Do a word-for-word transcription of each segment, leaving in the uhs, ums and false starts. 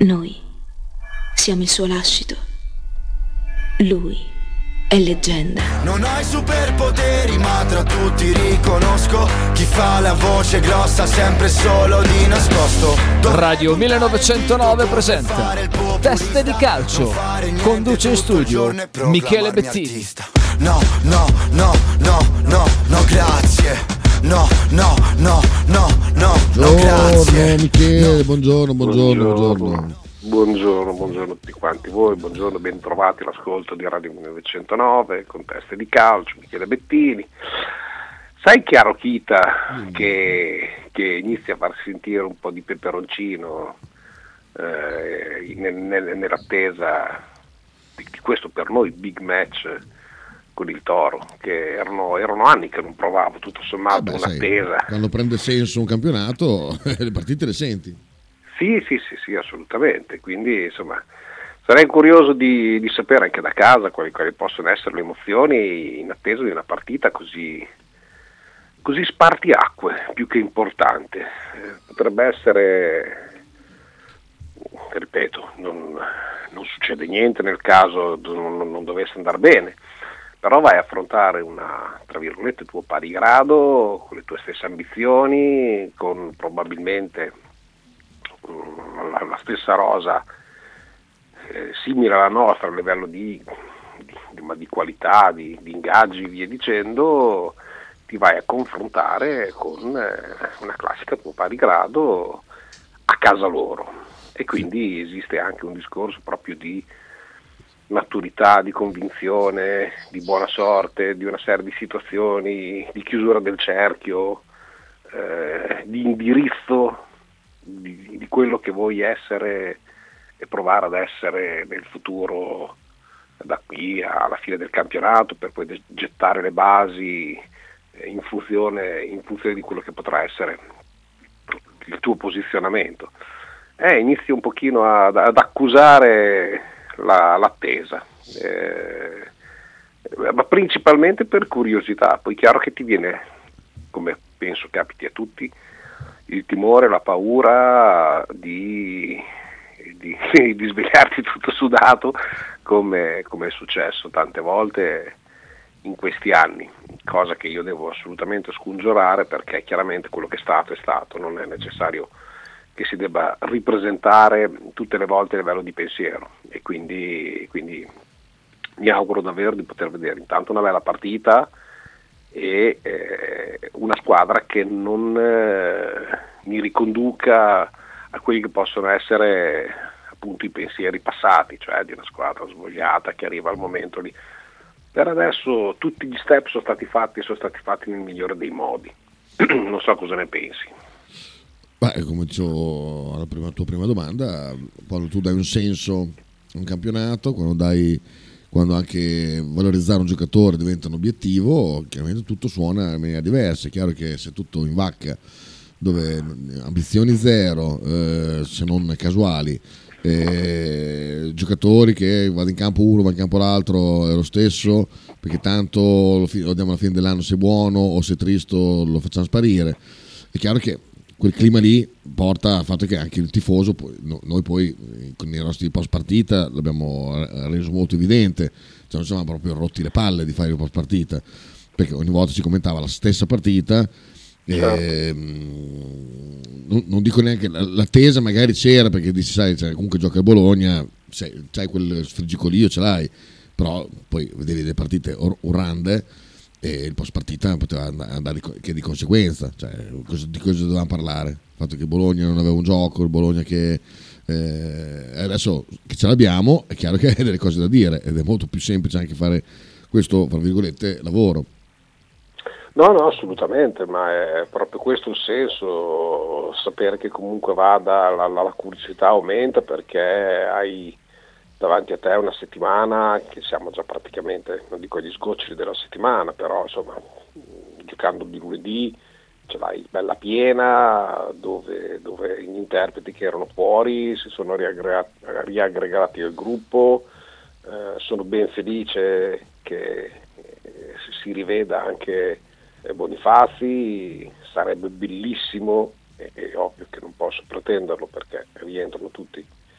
Noi siamo il suo lascito. Lui è leggenda. Non ho i superpoteri, ma tra tutti riconosco chi fa la voce grossa sempre solo di nascosto. Radio millenovecentonove presenta Teste di calcio. Conduce in studio Michele Bettini. No, no, no, no, no, no, grazie. No, no, no, no, no, no, grazie. Buongiorno Michele, no. buongiorno, buongiorno, buongiorno. Buongiorno, buongiorno a tutti quanti voi, buongiorno, ben trovati all'ascolto di Radio millenovecentonove con Teste di calcio, Michele Bettini. Sai Chiaro Chita mm. che, che inizia a far sentire un po' di peperoncino eh, nel, nel, nell'attesa di questo per noi big match con il Toro, che erano, erano anni che non provavo, tutto sommato, ah beh, un'attesa. Sai, quando prende senso un campionato le partite le senti. Sì, sì, sì, sì, assolutamente, quindi insomma sarei curioso di, di sapere anche da casa quali, quali possono essere le emozioni in attesa di una partita così, così spartiacque, più che importante. Eh, potrebbe essere, ripeto, non, non succede niente nel caso non, non dovesse andare bene, però vai a affrontare una, tra virgolette, tuo pari grado, con le tue stesse ambizioni, con probabilmente La, la stessa rosa eh, simile alla nostra a livello di, di, di, di qualità, di, di ingaggi, via dicendo, ti vai a confrontare con eh, una classica tuo pari grado a casa loro, e quindi esiste anche un discorso proprio di maturità, di convinzione, di buona sorte, di una serie di situazioni, di chiusura del cerchio, eh, di indirizzo Di, di quello che vuoi essere e provare ad essere nel futuro, da qui alla fine del campionato, per poi gettare le basi in funzione, in funzione di quello che potrà essere il tuo posizionamento. Eh, inizi un pochino ad, ad accusare la, l'attesa, eh, ma principalmente per curiosità. Poi chiaro che ti viene, come penso capiti a tutti, il timore, la paura di, di, di svegliarti tutto sudato, come, come è successo tante volte in questi anni, cosa che io devo assolutamente scongiurare, perché chiaramente quello che è stato è stato, non è necessario che si debba ripresentare tutte le volte a livello di pensiero, e quindi, quindi mi auguro davvero di poter vedere intanto una bella partita e eh, una squadra che non eh, mi riconduca a quelli che possono essere appunto i pensieri passati, cioè di una squadra svogliata che arriva al momento lì. Per adesso tutti gli step sono stati fatti e sono stati fatti nel migliore dei modi. Non so cosa ne pensi. Beh, come dicevo alla prima, tua prima domanda, quando tu dai un senso a un campionato, quando dai quando anche valorizzare un giocatore diventa un obiettivo, chiaramente tutto suona in maniera diversa. È chiaro che se tutto in vacca, dove ambizioni zero, eh, se non casuali, eh, giocatori che vado in campo uno, va in campo l'altro è lo stesso, perché tanto lo, fi- lo diamo alla fine dell'anno se è buono, o se è tristo lo facciamo sparire. È chiaro che quel clima lì porta al fatto che anche il tifoso, poi, no, noi poi con i nostri post partita l'abbiamo reso molto evidente, cioè non siamo proprio rotti le palle di fare il post partita, perché ogni volta si commentava la stessa partita, e, non, non dico neanche l'attesa magari c'era, perché dici sai, cioè, comunque gioca il Bologna, sai, c'hai quel sfrigicolio, ce l'hai, però poi vedevi le partite or- orrande, e il post partita poteva andare che di conseguenza, cioè di cosa dovevamo parlare? Il fatto che Bologna non aveva un gioco, il Bologna che eh, adesso che ce l'abbiamo è chiaro che hai delle cose da dire, ed è molto più semplice anche fare questo, tra virgolette, lavoro. No, no, assolutamente, ma è proprio questo il senso, sapere che comunque vada, la, la, la curiosità aumenta, perché hai davanti a te una settimana che siamo già praticamente, non dico agli sgoccioli della settimana, però insomma giocando di lunedì ce l'hai bella piena, dove, dove gli interpreti che erano fuori si sono riaggregati, riaggregati al gruppo. Eh, sono ben felice che eh, si riveda anche eh, Bonifazi, sarebbe bellissimo, e, e ovvio che non posso pretenderlo perché rientrano tutti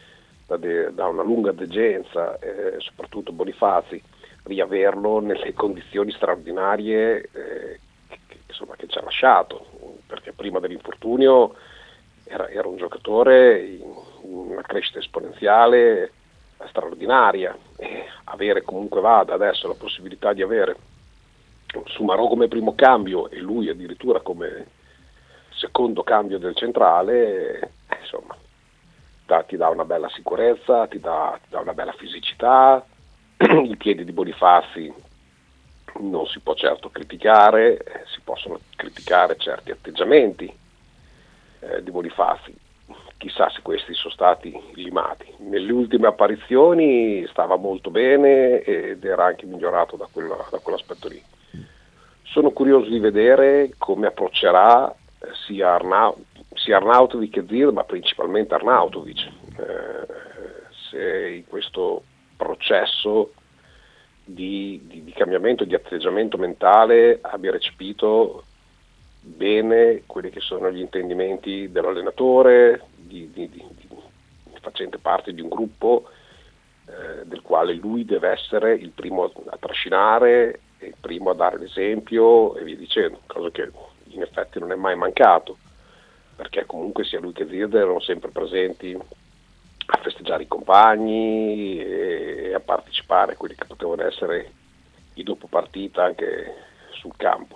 da, de, da una lunga degenza, eh, soprattutto Bonifazi, riaverlo nelle condizioni straordinarie eh, che, che, insomma, che ci ha lasciato, perché prima dell'infortunio era, era un giocatore in, in una crescita esponenziale straordinaria, e avere comunque vada adesso la possibilità di avere Soumarò come primo cambio e lui addirittura come secondo cambio del centrale, eh, insomma da, ti dà una bella sicurezza, ti dà, ti dà una bella fisicità. I piedi di Bonifazi non si può certo criticare, eh, si possono criticare certi atteggiamenti eh, di Bonifazi, chissà se questi sono stati limati. Nelle ultime apparizioni stava molto bene ed era anche migliorato da, quella, da quell'aspetto lì. Sono curioso di vedere come approccerà eh, sia, Arnau- sia Arnautovic che Zir, ma principalmente Arnautovic, eh, se in questo processo di, di, di cambiamento, di atteggiamento mentale abbia recepito bene quelli che sono gli intendimenti dell'allenatore, di, di, di, di, facente parte di un gruppo eh, del quale lui deve essere il primo a trascinare, il primo a dare l'esempio e via dicendo, cosa che in effetti non è mai mancato, perché comunque sia lui che Zirde erano sempre presenti a festeggiare i compagni e a partecipare a quelli che potevano essere i dopo partita anche sul campo,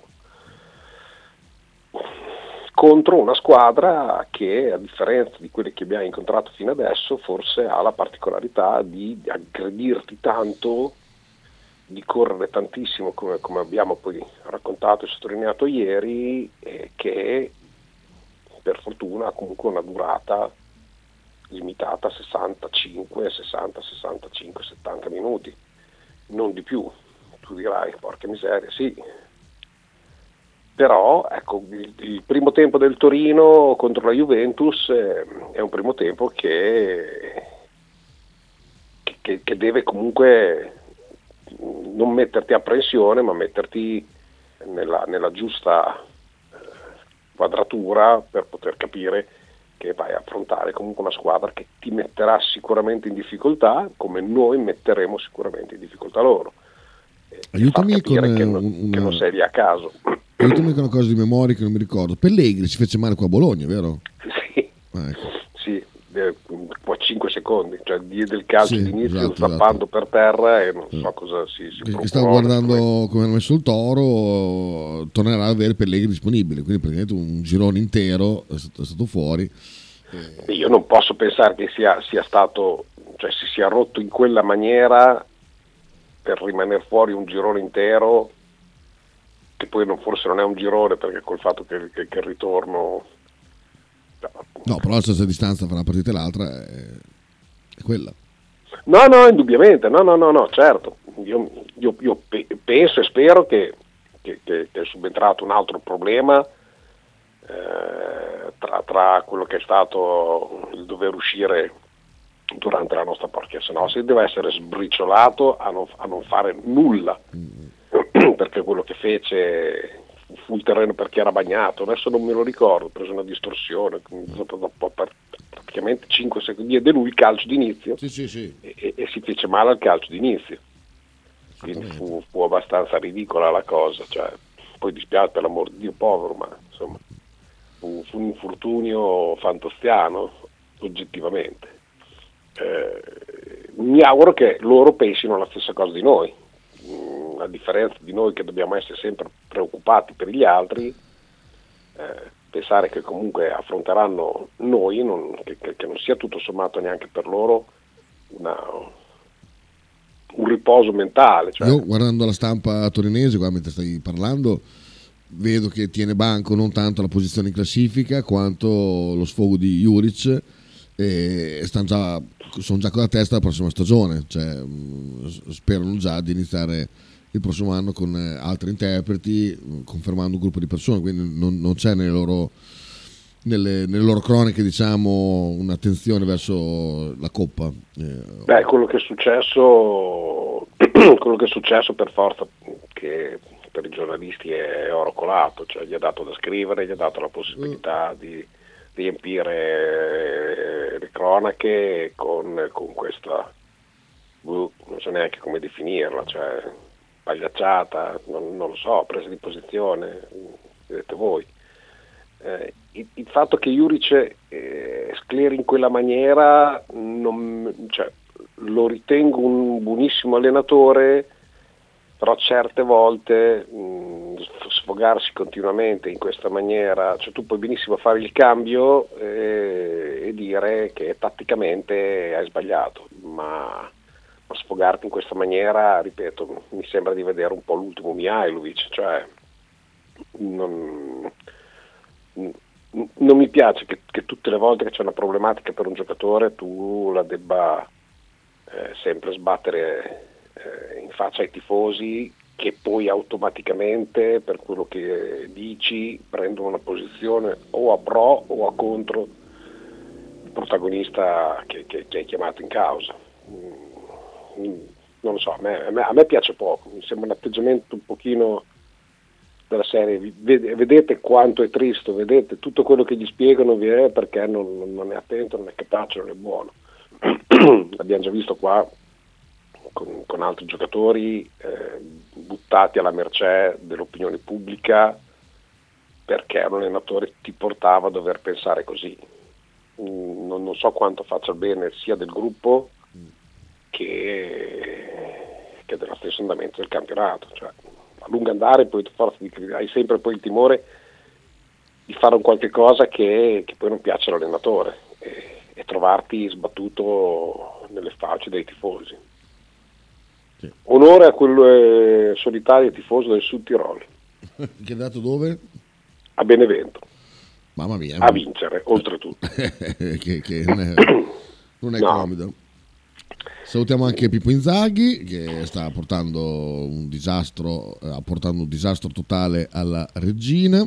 contro una squadra che, a differenza di quelle che abbiamo incontrato fino adesso, forse ha la particolarità di aggredirti tanto, di correre tantissimo, come, come abbiamo poi raccontato e sottolineato ieri, eh, che per fortuna ha comunque una durata limitata a sessantacinque, sessanta, sessantacinque, settanta minuti, non di più. Tu dirai, porca miseria, sì. Però ecco, il, il primo tempo del Torino contro la Juventus eh, è un primo tempo che, che, che deve comunque non metterti a pressione, ma metterti nella, nella giusta eh, quadratura per poter capire che vai a affrontare comunque una squadra che ti metterà sicuramente in difficoltà, come noi metteremo sicuramente in difficoltà loro. E Aiutami con che, una... non, che non sei lì a caso. Aiutami con una cosa di memoria che non mi ricordo. Pellegrini si fece male qua a Bologna, vero? Sì, ah, ecco. Sì, qua cinque secondi, cioè diede il calcio Sì, d'inizio esatto, zappando esatto. per terra e non so cosa si, si Che stavo guardando come hanno messo il Toro, tornerà ad avere Pellegrini disponibile, quindi praticamente un girone intero è stato, è stato fuori. Io non posso pensare che sia, sia stato, cioè si sia rotto in quella maniera per rimanere fuori un girone intero, che poi non, forse non è un girone, perché col fatto che, che, che il ritorno... No, però la stessa distanza fra una partita e l'altra è, è quella. No, no, indubbiamente, no, no, no, no, certo. Io, io, io pe- penso e spero che, che, che, che è subentrato un altro problema eh, tra, tra quello che è stato il dover uscire durante la nostra partita, se no si deve essere sbriciolato a non, a non fare nulla, mm. perché quello che fece fu il terreno perché era bagnato, adesso non me lo ricordo, ho preso una distorsione, dopo praticamente cinque secondi diede lui il calcio d'inizio, sì, sì, sì. E, e si fece male al calcio d'inizio, quindi fu, fu abbastanza ridicola la cosa, cioè, poi dispiace per l'amor di Dio, povero, ma insomma fu, fu un infortunio fantostiano oggettivamente. Eh, mi auguro che loro pensino la stessa cosa di noi, mm, a differenza di noi che dobbiamo essere sempre preoccupati per gli altri, eh, pensare che comunque affronteranno noi, non, che, che non sia tutto sommato neanche per loro una, un riposo mentale. Cioè. Io guardando la stampa torinese, qua mentre stai parlando, vedo che tiene banco non tanto la posizione in classifica quanto lo sfogo di Juric, e stanno già, sono già con la testa la prossima stagione, cioè, sperano già di iniziare il prossimo anno con altri interpreti, confermando un gruppo di persone, quindi non, non c'è nelle loro, nelle, nelle loro croniche, diciamo, un'attenzione verso la Coppa. Beh, quello che è successo quello che è successo per forza che per i giornalisti è oro colato, cioè gli ha dato da scrivere, gli ha dato la possibilità di riempire le, le cronache con, con questa, uh, non so neanche come definirla, cioè pagliacciata, non, non lo so, presa di posizione, vedete voi. Eh, il, il fatto che Juric eh, scleri in quella maniera, non, cioè, lo ritengo un buonissimo allenatore, però certe volte mh, sfogarsi continuamente in questa maniera, cioè tu puoi benissimo fare il cambio e, e dire che tatticamente hai sbagliato, ma, ma sfogarti in questa maniera, ripeto, mi sembra di vedere un po' l'ultimo Mihajlovic, cioè non, non mi piace che, che tutte le volte che c'è una problematica per un giocatore tu la debba eh, sempre sbattere in faccia ai tifosi, che poi automaticamente per quello che dici prendono una posizione o a pro o a contro il protagonista che, che, che hai chiamato in causa. Non lo so, a me, a me, a me piace poco, mi sembra un atteggiamento un pochino della serie, vedete quanto è triste, vedete tutto quello che gli spiegano viene perché non, non è attento, non è capace, non è buono. L'abbiamo già visto qua Con, con altri giocatori eh, buttati alla mercé dell'opinione pubblica perché un allenatore ti portava a dover pensare così. Mm, non, non so quanto faccia il bene sia del gruppo che, che dello stesso andamento del campionato. Cioè, a lungo andare poi forza di, hai sempre poi il timore di fare un qualche cosa che, che poi non piace all'allenatore e, e trovarti sbattuto nelle facce dei tifosi. Sì. Onore a quel eh, solitario tifoso del Sud Tirol che è dato dove? A Benevento, mamma mia, a vincere oltretutto. che, che non è, non è no. comodo. Salutiamo anche Pippo Inzaghi che sta portando un disastro eh, portando un disastro totale alla Regina,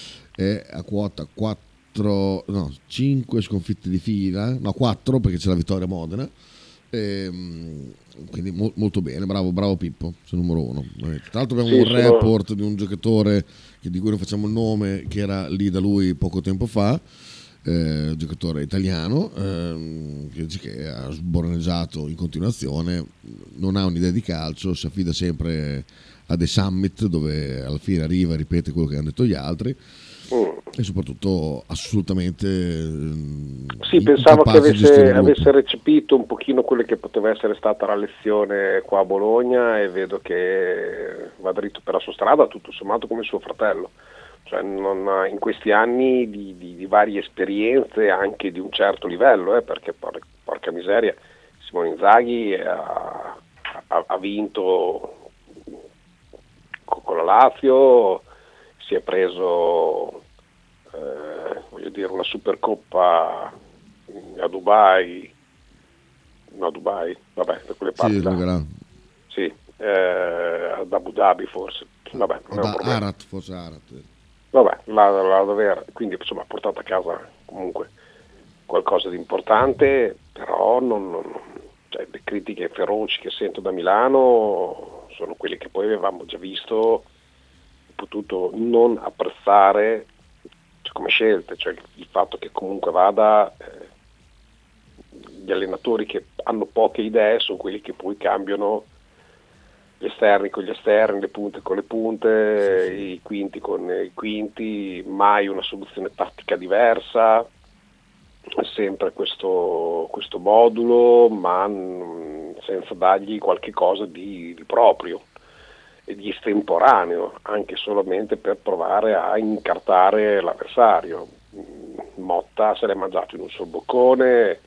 è a quota quattro no cinque sconfitte di fila, no quattro perché c'è la vittoria a Modena. Ehm, quindi mo- molto bene, bravo, bravo Pippo, sei numero uno. Tra l'altro abbiamo sì, un sono... report di un giocatore che, di cui non facciamo il nome, che era lì da lui poco tempo fa, eh, giocatore italiano, eh, che dice che ha sborneggiato in continuazione, non ha un'idea di calcio, si affida sempre a dei summit dove alla fine arriva e ripete quello che hanno detto gli altri. Mm. E soprattutto assolutamente sì, pensavo che avesse, avesse recepito un pochino quello che poteva essere stata la lezione qua a Bologna e vedo che va dritto per la sua strada tutto sommato come suo fratello, cioè non, in questi anni di, di, di varie esperienze anche di un certo livello, eh, perché por, porca miseria Simone Inzaghi ha, ha, ha vinto con la Lazio, si è preso eh, voglio dire una Supercoppa a Dubai, no Dubai, vabbè, da quelle parti sì, là. Sì, eh, ad Abu Dhabi forse, vabbè, non è un problema. Arat, forse Arat. Vabbè, la, la dover, quindi insomma ha portato a casa comunque qualcosa di importante, però non, non, cioè, le critiche feroci che sento da Milano sono quelle che poi avevamo già visto, potuto non apprezzare, cioè, come scelte, cioè il fatto che comunque vada eh, gli allenatori che hanno poche idee sono quelli che poi cambiano gli esterni con gli esterni, le punte con le punte, sì, sì. I quinti con i quinti, mai una soluzione tattica diversa, sempre questo, questo modulo, ma mh, senza dargli qualche cosa di, di proprio e di estemporaneo, anche solamente per provare a incartare l'avversario. Motta se l'è mangiato in un sol boccone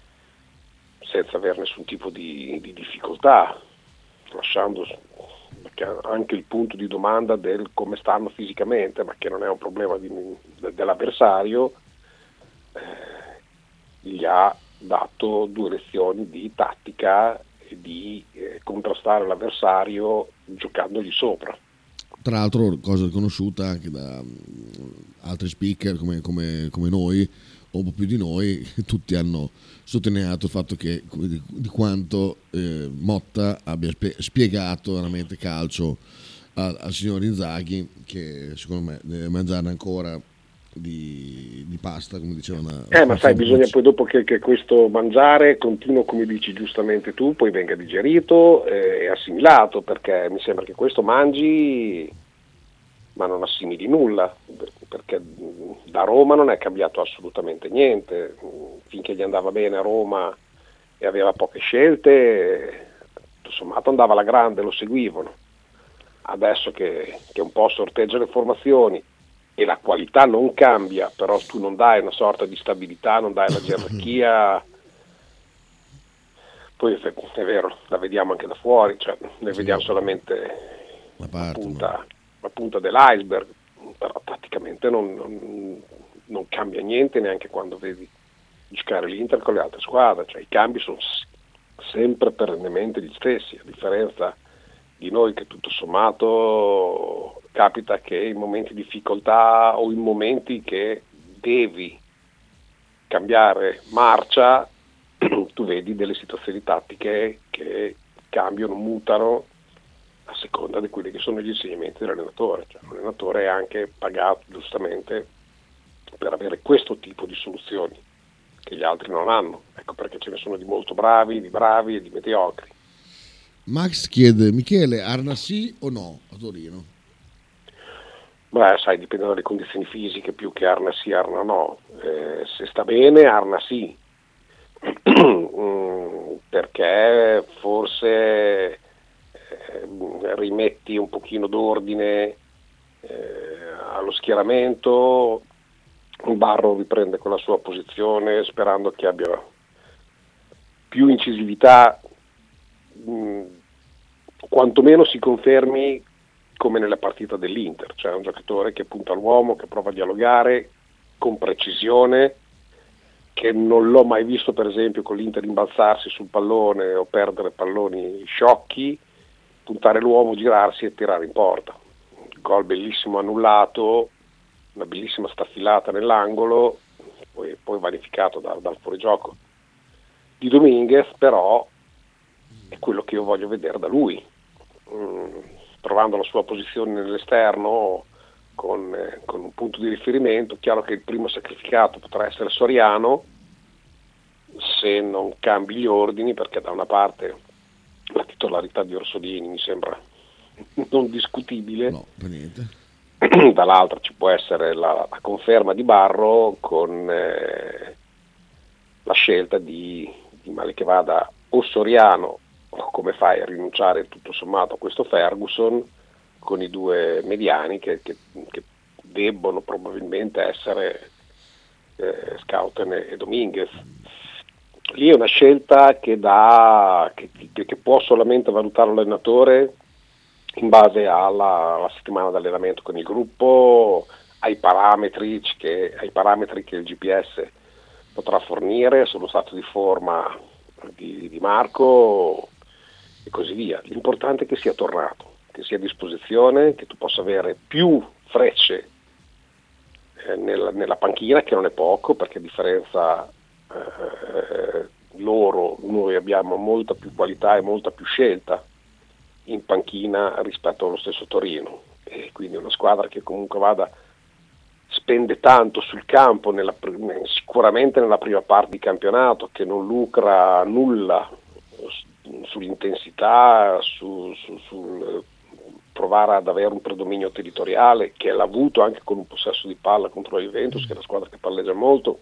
senza avere nessun tipo di, di difficoltà, lasciando anche il punto di domanda del come stanno fisicamente, ma che non è un problema di, de, dell'avversario, eh, gli ha dato due lezioni di tattica e di eh, contrastare l'avversario giocandogli sopra. Tra l'altro cosa conosciuta anche da um, altri speaker come, come, come noi o un po' più di noi, tutti hanno sottolineato il fatto che di, di quanto eh, Motta abbia spie- spiegato veramente calcio al, al signor Inzaghi, che secondo me deve mangiare ancora di, di pasta, come dicevano. Eh, ma sai, bisogna poi dopo che, che questo mangiare continuo, come dici giustamente tu, poi venga digerito e assimilato, perché mi sembra che questo mangi ma non assimili nulla, perché da Roma non è cambiato assolutamente niente, finché gli andava bene a Roma e aveva poche scelte, tutto sommato andava alla grande, lo seguivano. Adesso che, che un po' sorteggia le formazioni e la qualità non cambia, però tu non dai una sorta di stabilità, non dai la gerarchia, poi è vero, la vediamo anche da fuori, cioè ne Sì, vediamo solamente la parte, la punta, la punta dell'iceberg, però praticamente non, non, non cambia niente neanche quando vedi giocare l'Inter con le altre squadre, cioè i cambi sono sempre perennemente gli stessi, a differenza di noi che tutto sommato capita che in momenti di difficoltà o in momenti che devi cambiare marcia tu vedi delle situazioni tattiche che cambiano, mutano a seconda di quelli che sono gli insegnamenti dell'allenatore, cioè l'allenatore è anche pagato giustamente per avere questo tipo di soluzioni che gli altri non hanno, ecco perché ce ne sono di molto bravi, di bravi e di mediocri. Max chiede: Michele, Arna sì o no a Torino? Beh, sai, dipende dalle condizioni fisiche più che Arna sì, Arna no. Eh, se sta bene, Arna sì, perché forse eh, rimetti un pochino d'ordine eh, allo schieramento, Barro riprende con la sua posizione sperando che abbia più incisività, mh, quantomeno si confermi come nella partita dell'Inter, cioè un giocatore che punta all'uomo, che prova a dialogare con precisione, che non l'ho mai visto per esempio con l'Inter imbalzarsi sul pallone o perdere palloni sciocchi, puntare l'uomo, girarsi e tirare in porta. Un gol bellissimo annullato, una bellissima staffilata nell'angolo, poi, poi vanificato da, dal fuorigioco di Dominguez, però è quello che io voglio vedere da lui, mm, trovando la sua posizione nell'esterno con, eh, con un punto di riferimento. Chiaro che il primo sacrificato potrà essere Soriano se non cambi gli ordini, perché da una parte la titolarità di Orsolini mi sembra non discutibile, No, per niente. Dall'altra ci può essere la, la conferma di Barro con eh, la scelta di, di male che vada o Soriano, o come fai a rinunciare tutto sommato a questo Ferguson, con i due mediani che, che, che debbono probabilmente essere eh, Scouten e Dominguez. Lì è una scelta che, dà, che, che può solamente valutare l'allenatore in base alla, alla settimana di allenamento con il gruppo, ai parametri che, ai parametri che il G P S potrà fornire sullo stato di forma di, di Marco e così via. L'importante è che sia tornato, che sia a disposizione, che tu possa avere più frecce eh, nella, nella panchina, che non è poco, perché a differenza eh, loro noi abbiamo molta più qualità e molta più scelta in panchina rispetto allo stesso Torino, e quindi una squadra che comunque vada spende tanto sul campo nella, sicuramente nella prima parte di campionato, che non lucra nulla sull'intensità, su, su, sul provare ad avere un predominio territoriale, che l'ha avuto anche con un possesso di palla contro la Juventus, che è una squadra che palleggia molto,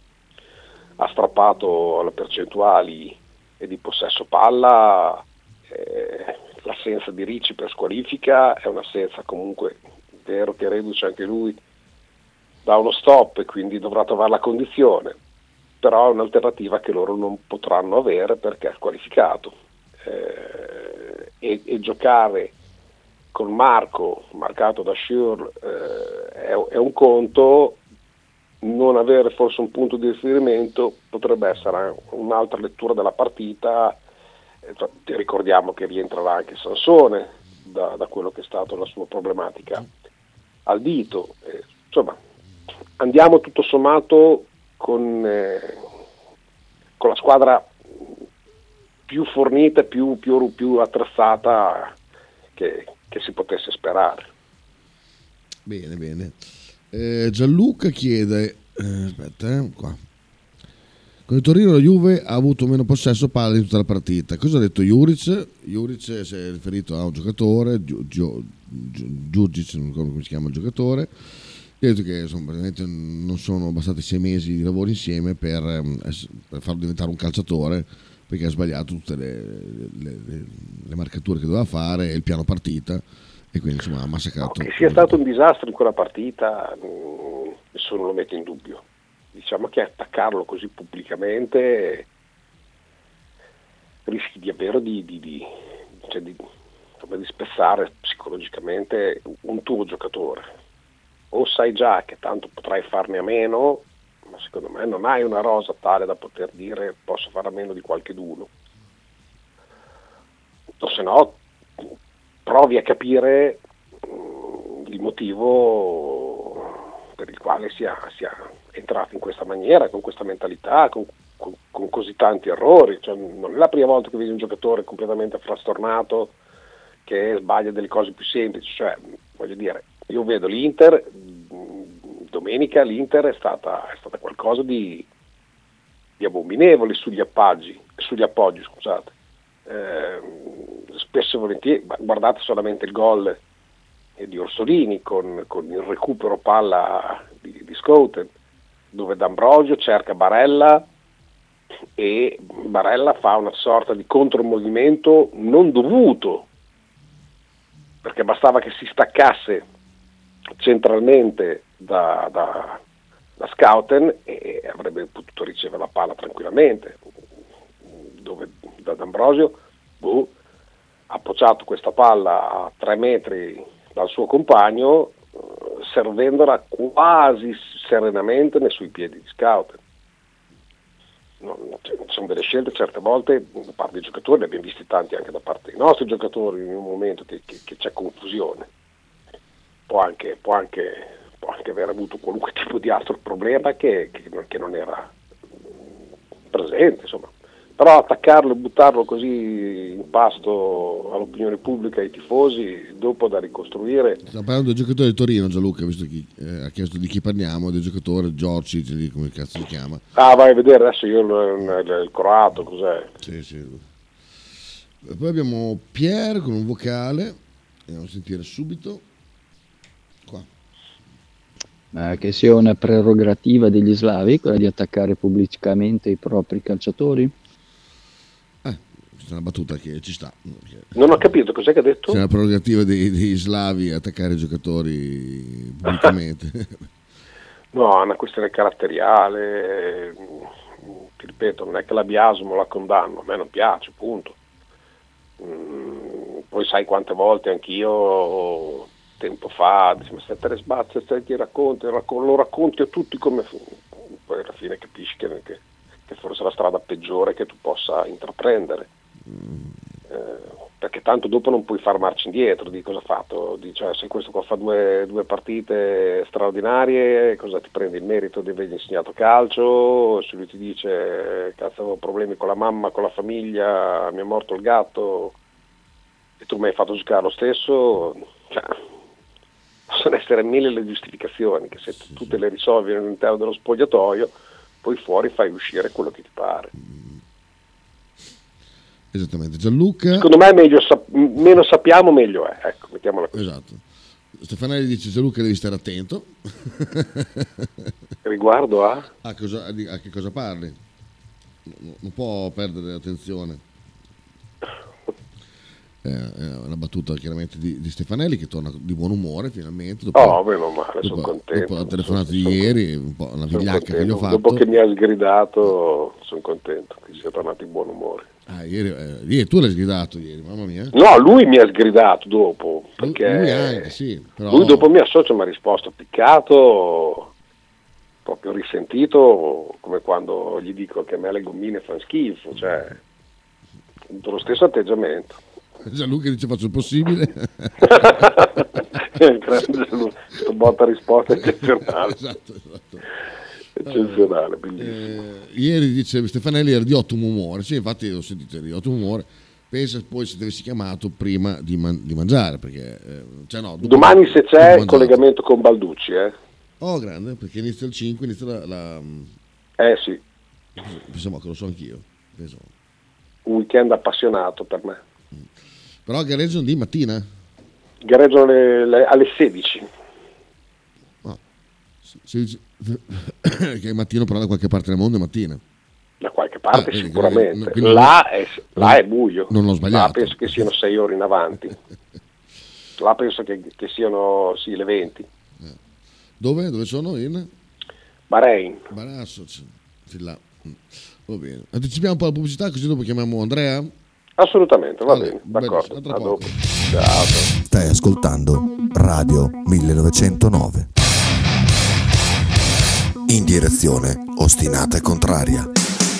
ha strappato alle percentuali e di possesso palla. eh, l'assenza di Ricci per squalifica è un'assenza comunque, vero che reduce anche lui da uno stop e quindi dovrà trovare la condizione, però è un'alternativa che loro non potranno avere perché è squalificato, eh, e, e giocare con Marco marcato da Schürrle eh, è, è un conto, non avere forse un punto di riferimento potrebbe essere un'altra lettura della partita. Ti ricordiamo che rientrerà anche Sansone da, da quello che è stato la sua problematica al dito, eh, insomma andiamo tutto sommato con, eh, con la squadra più fornita, più, più, più attrezzata che, che si potesse sperare. Bene, bene. Eh, Gianluca chiede, eh, aspetta, eh, qua. Con il Torino la Juve ha avuto meno possesso palla in tutta la partita. Cosa ha detto Juric? Juric si è riferito a un giocatore, Giurgic, non ricordo come si chiama il giocatore, ha detto che insomma, praticamente non sono bastati sei mesi di lavoro insieme per, per farlo diventare un calciatore, perché ha sbagliato tutte le, le, le, le marcature che doveva fare e il piano partita, e quindi insomma ha massacrato. No, che sia stato un disastro in quella partita, mh, nessuno lo mette in dubbio. Diciamo che attaccarlo così pubblicamente rischi davvero di, di, di, cioè di, di spezzare psicologicamente un tuo giocatore. O sai già che tanto potrai farne a meno, ma secondo me non hai una rosa tale da poter dire posso fare a meno di qualcheduno. O se no provi a capire mh, il motivo per il quale sia, sia entrato in questa maniera, con questa mentalità, con, con, con così tanti errori. Cioè, non è la prima volta che vedi un giocatore completamente frastornato che sbaglia delle cose più semplici. Cioè, voglio dire, io vedo l'Inter, domenica l'Inter è stata, è stata qualcosa di, di abominevole sugli appoggi, sugli appoggi, scusate. Eh, spesso e volentieri, guardate solamente il gol di Orsolini con, con il recupero palla di, di Schouten, dove D'Ambrosio cerca Barella e Barella fa una sorta di contromovimento non dovuto, perché bastava che si staccasse centralmente da, da, da Schouten e avrebbe potuto ricevere la palla tranquillamente, dove da D'Ambrosio boh, ha appoggiato questa palla a tre metri dal suo compagno, servendola quasi serenamente nei suoi piedi di Schouten. No, cioè, sono delle scelte certe volte da parte dei giocatori, ne abbiamo visti tanti anche da parte dei nostri giocatori in un momento che, che, che c'è confusione. Può anche, può, anche, può anche aver avuto qualunque tipo di altro problema che, che, che non era presente, insomma. Però attaccarlo e buttarlo così in pasto all'opinione pubblica e ai tifosi, dopo da ricostruire. Stiamo parlando del giocatore di Torino, Gianluca, visto che eh, ha chiesto di chi parliamo, del giocatore Giorgi, come cazzo si chiama. Ah, vai a vedere adesso io il, il, il croato, cos'è? Sì, sì. E poi abbiamo Pier con un vocale, andiamo a sentire subito. Qua. Eh, che sia una prerogativa degli slavi, quella di attaccare pubblicamente i propri calciatori? C'è una battuta che ci sta. Non ho capito cos'è che ha detto. C'è una prerogativa dei, dei slavi attaccare i giocatori pubblicamente. No, è una questione caratteriale. Ti ripeto, non è che la biasimo, la condanno, a me non piace, punto. Mm, poi sai quante volte anch'io tempo fa dici, ma stai te le sbazze, stai ti racconti, raccon- lo racconti a tutti come poi alla fine capisci che, che, che forse è la strada peggiore che tu possa intraprendere. Eh, perché tanto dopo non puoi far marcia indietro di cosa ha fatto, di, cioè, se questo qua fa due, due partite straordinarie, cosa ti prendi il merito di avergli insegnato calcio? Se lui ti dice cazzo avevo problemi con la mamma, con la famiglia, mi è morto il gatto e tu mi hai fatto giocare lo stesso, cioè, possono essere mille le giustificazioni che se tu te le risolvi all'interno dello spogliatoio poi fuori fai uscire quello che ti pare. Esattamente. Gianluca, secondo me è meglio sap- meno sappiamo meglio è, ecco, mettiamola così. esatto. Stefanelli dice Gianluca devi stare attento. Riguardo a? A, cosa, a, a che cosa parli, non, non può perdere attenzione. È una battuta chiaramente di, di Stefanelli, che torna di buon umore finalmente dopo, oh, meno male, dopo, sono contento. dopo la telefonata sono, di sono, ieri, un po' una vigliacca che gli ho fatto. Dopo che mi ha sgridato sono contento che sia tornato in buon umore. Ah, ieri, eh, ieri tu l'hai sgridato ieri, mamma mia. No, lui mi ha sgridato dopo, perché lui anche, sì, però... lui dopo mi ha socio mi ha risposto piccato, proprio risentito, come quando gli dico che a me le gommine fanno schifo, cioè ha avuto lo stesso atteggiamento. Gianluca dice faccio il possibile. Grande, botta risposta eccezionale. Esatto, esatto. Eccezionale, bellissimo. Eh, ieri dice Stefanelli era di ottimo umore, sì, infatti ho sentito era di ottimo umore. Pensa poi se ti avessi chiamato prima di, man- di mangiare, perché eh, cioè no, dopo, domani se c'è il il collegamento con Balducci, eh? Oh, grande, perché inizia il cinque, inizia la... la... Eh sì. Pensavo che lo so anch'io. Penso. Un weekend appassionato per me. Però gareggiano di mattina? Gareggiano le, le, alle sedici. Ah, sedici. Che è mattino, però da qualche parte del mondo è mattina. Da qualche parte ah, sicuramente. Quindi, là, è, là è buio. Non l'ho sbagliato. Là penso che siano sei ore in avanti. Là penso che, che siano sì le venti. Dove? Dove sono? In? Bahrain. Barasso, sì, là. Va bene. Anticipiamo un po' la pubblicità così dopo chiamiamo Andrea? Assolutamente, va Allora, bene, d'accordo. Bene, a A dopo. ciao. Ciao. Stai ascoltando Radio millenovecentonove. In direzione ostinata e contraria.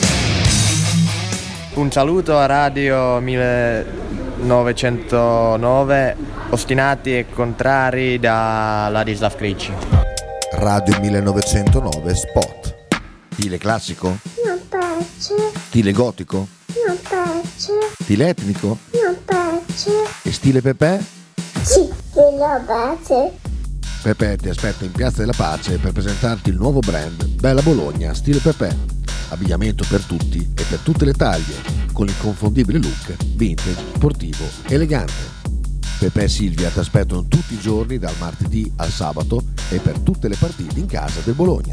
Un saluto a Radio millenovecentonove, ostinati e contrari da Ladislav Krejci. Radio millenovecentonove Spot. Stile classico? Non piace, Stile gotico? non piace, Stile etnico? non piace. E stile Pepe? Sì, quello piace. Pepe ti aspetta in Piazza della Pace per presentarti il nuovo brand Bella Bologna Stile Pepe. Abbigliamento per tutti e per tutte le taglie, con l'inconfondibile look vintage, sportivo, elegante. Pepe e Silvia ti aspettano tutti i giorni dal martedì al sabato e per tutte le partite in casa del Bologna.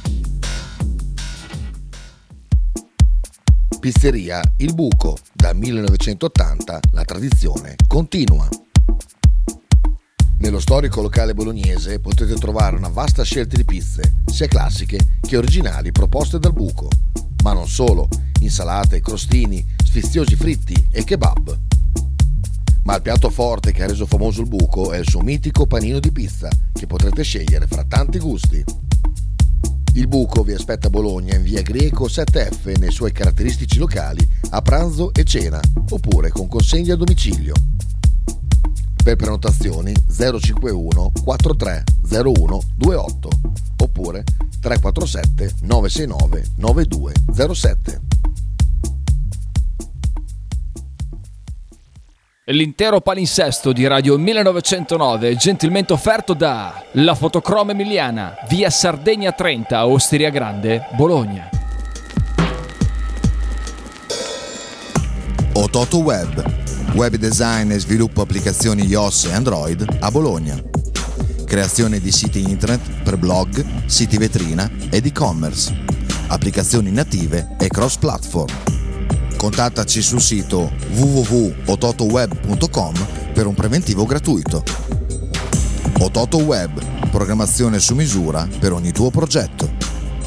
Pizzeria Il Buco, dal millenovecentottanta la tradizione continua. Nello storico locale bolognese potete trovare una vasta scelta di pizze, sia classiche che originali proposte dal Buco. Ma non solo, insalate, crostini, sfiziosi fritti e kebab. Ma il piatto forte che ha reso famoso il Buco è il suo mitico panino di pizza, che potrete scegliere fra tanti gusti. Il Buco vi aspetta a Bologna in via Greco sette F nei suoi caratteristici locali a pranzo e cena, oppure con consegna a domicilio. Per prenotazioni zero cinquantuno quarantatré zero uno ventotto oppure tre quattro sette nove sei nove nove due zero sette. L'intero palinsesto di Radio millenovecentonove è gentilmente offerto da La Fotocroma Emiliana, via Sardegna trenta, Osteria Grande, Bologna. Ototo Web, web design e sviluppo applicazioni iOS e Android a Bologna. Creazione di siti internet per blog, siti vetrina ed e-commerce, applicazioni native e cross-platform. Contattaci sul sito w w w punto ototoweb punto com per un preventivo gratuito. Ototo Web, programmazione su misura per ogni tuo progetto.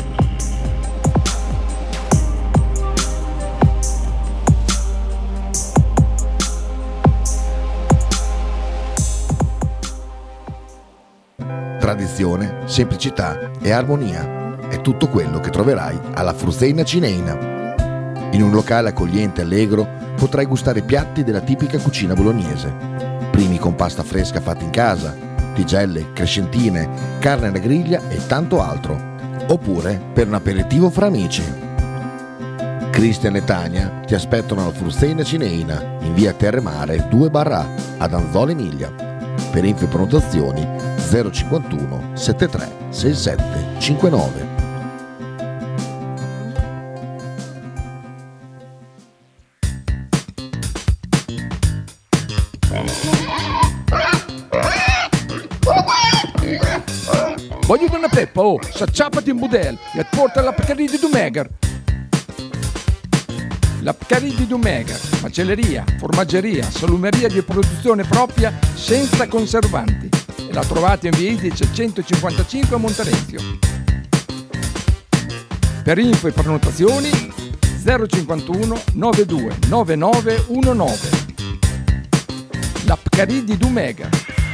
Tradizione, semplicità e armonia è tutto quello che troverai alla Fruzeina Cineina. In un locale accogliente e allegro potrai gustare piatti della tipica cucina bolognese, primi con pasta fresca fatta in casa, tigelle, crescentine, carne alla griglia e tanto altro, oppure per un aperitivo fra amici. Cristian e Tania ti aspettano alla Fruzeina Cineina in via Terremare due barra ad Anzola Emilia. Per info e prenotazioni zero cinquantuno settantatré sessantasette cinquantanove. Voglio una peppa, oh, s'acciappati in budel e porta la Pcaridi di Dumegar. La Pcaridi di Dumegar, macelleria, formaggeria, salumeria di produzione propria senza conservanti. E la trovate in via Idice centocinquantacinque a Monterezio. Per info e prenotazioni zero cinquantuno novantadue novantanove diciannove. La Pcaridi di Dumegar.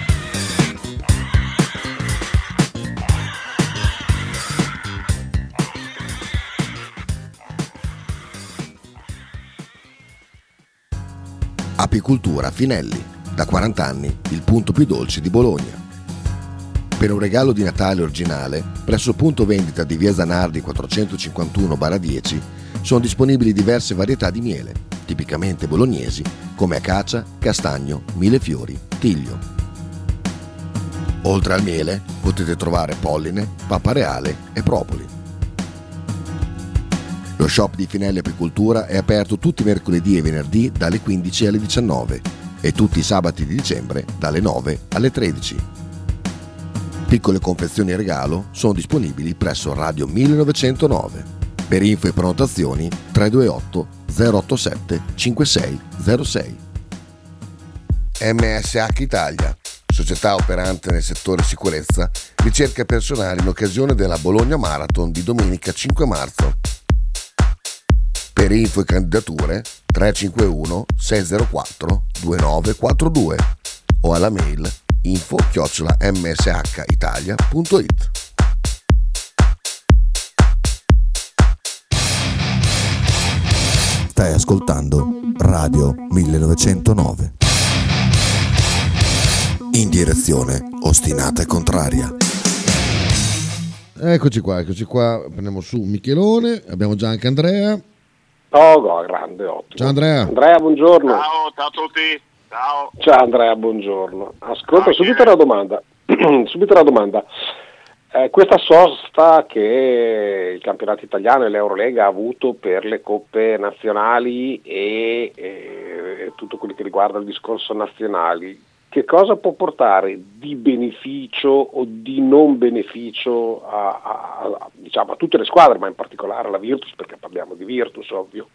Apicultura Finelli, da quaranta anni il punto più dolce di Bologna. Per un regalo di Natale originale, presso il punto vendita di via Zanardi quattrocentocinquantuno dieci sono disponibili diverse varietà di miele, tipicamente bolognesi, come acacia, castagno, millefiori, tiglio. Oltre al miele potete trovare polline, pappa reale e propoli. Lo shop di Finelli Apicoltura è aperto tutti i mercoledì e venerdì dalle quindici alle diciannove e tutti i sabati di dicembre dalle nove alle tredici. Piccole confezioni e regalo sono disponibili presso Radio millenovecentonove. Per info e prenotazioni tre due otto zero otto sette cinque sei zero sei. M S H Italia, società operante nel settore sicurezza, ricerca personale in occasione della Bologna Marathon di domenica cinque marzo. Per info e candidature tre cinque uno sei zero quattro due nove quattro due o alla mail info chiocciola m s h italia punto i t. Stai ascoltando Radio millenovecentonove. In direzione ostinata e contraria. Eccoci qua, eccoci qua. Prendiamo su Michelone. Abbiamo già anche Andrea. Oh, no, grande, ottimo. Ciao Andrea. Andrea, buongiorno. Ciao, ciao a tutti. Ciao. Ciao Andrea, buongiorno. Ascolta, Ciao, subito la domanda. subito la domanda. Eh, questa sosta che il campionato italiano e l'Eurolega ha avuto per le coppe nazionali e, e tutto quello che riguarda il discorso nazionali, che cosa può portare di beneficio o di non beneficio a, a, a, diciamo, a tutte le squadre, ma in particolare alla Virtus, perché parliamo di Virtus, ovvio?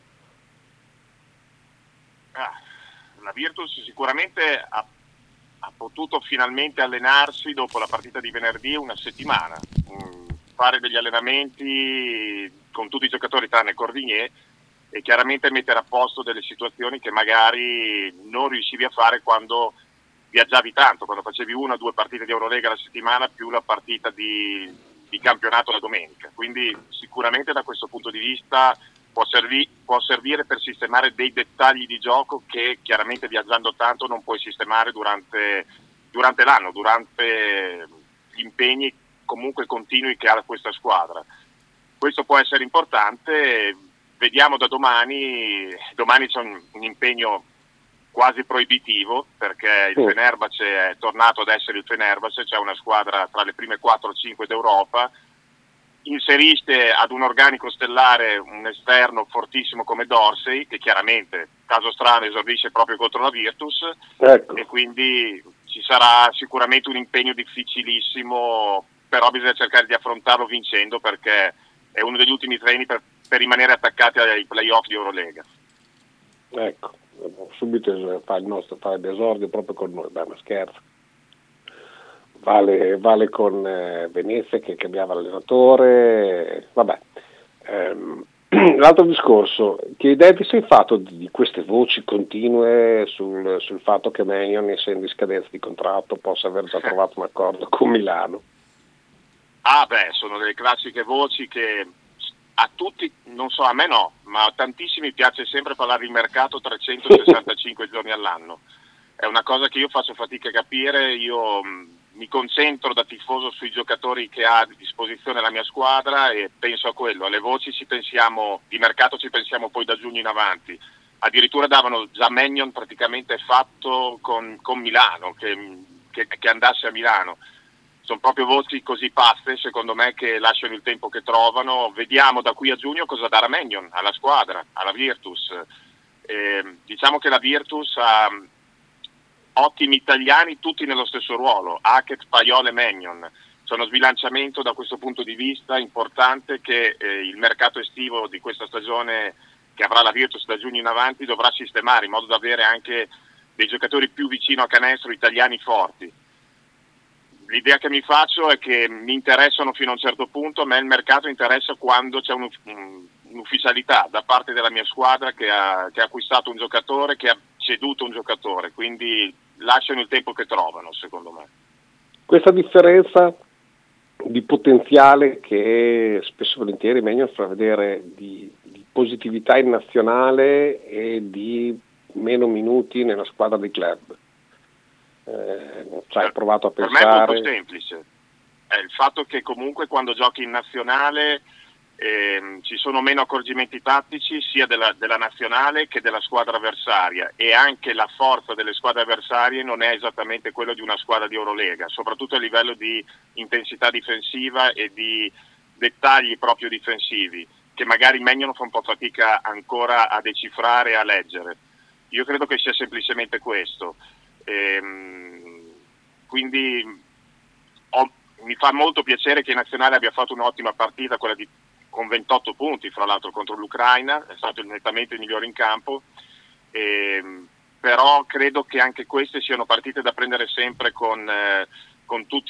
Ah, la Virtus sicuramente ha, ha potuto finalmente allenarsi dopo la partita di venerdì una settimana, mm, fare degli allenamenti con tutti i giocatori tranne Cordinier e chiaramente mettere a posto delle situazioni che magari non riuscivi a fare quando viaggiavi tanto, quando facevi una o due partite di Eurolega la settimana più la partita di, di campionato la domenica. Quindi sicuramente da questo punto di vista può, servi, può servire per sistemare dei dettagli di gioco che chiaramente viaggiando tanto non puoi sistemare durante, durante l'anno, durante gli impegni comunque continui che ha questa squadra. Questo può essere importante, vediamo da domani, domani c'è un, un impegno quasi proibitivo perché il Fenerbahce è tornato ad essere il Fenerbahce, c'è una squadra tra le prime quattro o cinque d'Europa, inserisce ad un organico stellare un esterno fortissimo come Dorsey, che chiaramente, caso strano, esordisce proprio contro la Virtus, ecco. E quindi ci sarà sicuramente un impegno difficilissimo, però bisogna cercare di affrontarlo vincendo perché è uno degli ultimi treni per, per rimanere attaccati ai playoff di Eurolega. Ecco. Subito fa il nostro fa l'esordio proprio con noi, beh, ma scherzo. Vale, vale con eh, Venezia che cambiava l'allenatore, vabbè. Ehm, l'altro discorso, che idea ti sei fatto di, di queste voci continue sul, sul fatto che Mannion, essendo in scadenza di contratto, possa aver già trovato un accordo con Milano? Ah beh, sono delle classiche voci che a tutti, non so, a me no, ma a tantissimi piace sempre parlare di mercato trecentosessantacinque giorni all'anno. È una cosa che io faccio fatica a capire, io mh, mi concentro da tifoso sui giocatori che ha a disposizione la mia squadra e penso a quello. Alle voci ci pensiamo, di mercato ci pensiamo poi da giugno in avanti. Addirittura davano già Mannion praticamente fatto con, con Milano, che, che, che andasse a Milano. Sono proprio voci così pazze, secondo me, che lasciano il tempo che trovano. Vediamo da qui a giugno cosa darà Mannion alla squadra, alla Virtus. Eh, diciamo che la Virtus ha ottimi italiani tutti nello stesso ruolo, Hackett, Paiol e Mannion. C'è uno sbilanciamento da questo punto di vista importante che eh, il mercato estivo di questa stagione che avrà la Virtus da giugno in avanti dovrà sistemare in modo da avere anche dei giocatori più vicino a canestro, italiani forti. L'idea che mi faccio è che mi interessano fino a un certo punto, a me il mercato interessa quando c'è un, un, un'ufficialità da parte della mia squadra che ha, che ha acquistato un giocatore, che ha ceduto un giocatore, quindi lasciano il tempo che trovano, secondo me. Questa differenza di potenziale che spesso e volentieri Mannion fa vedere di, di positività in nazionale e di meno minuti nella squadra dei club. Eh, cioè, hai provato a pensare. Per me è molto semplice, è il fatto che comunque quando giochi in nazionale ehm, ci sono meno accorgimenti tattici sia della, della nazionale che della squadra avversaria, e anche la forza delle squadre avversarie non è esattamente quello di una squadra di Eurolega, soprattutto a livello di intensità difensiva e di dettagli proprio difensivi, che magari Maignan fa un po' fatica ancora a decifrare e a leggere. Io credo che sia semplicemente questo. Ehm, quindi ho, mi fa molto piacere che in nazionale abbia fatto un'ottima partita, quella di, con ventotto punti fra l'altro contro l'Ucraina, è stato nettamente il migliore in campo, ehm, però credo che anche queste siano partite da prendere sempre con, eh, con tutti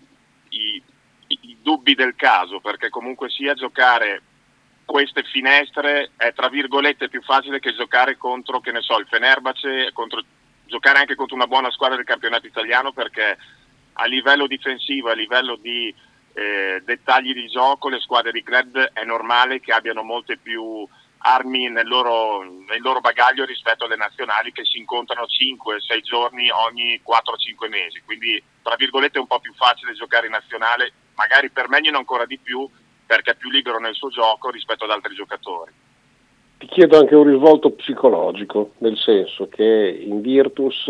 i, i, i dubbi del caso, perché comunque sia giocare queste finestre è tra virgolette più facile che giocare contro, che ne so, il Fenerbahce, contro, giocare anche contro una buona squadra del campionato italiano, perché a livello difensivo, a livello di eh, dettagli di gioco, le squadre di club è normale che abbiano molte più armi nel loro, nel loro bagaglio rispetto alle nazionali, che si incontrano cinque sei giorni ogni quattro cinque mesi, quindi tra virgolette è un po' più facile giocare in nazionale, magari per Maignan ancora di più, perché è più libero nel suo gioco rispetto ad altri giocatori. Ti chiedo anche un risvolto psicologico, nel senso che in Virtus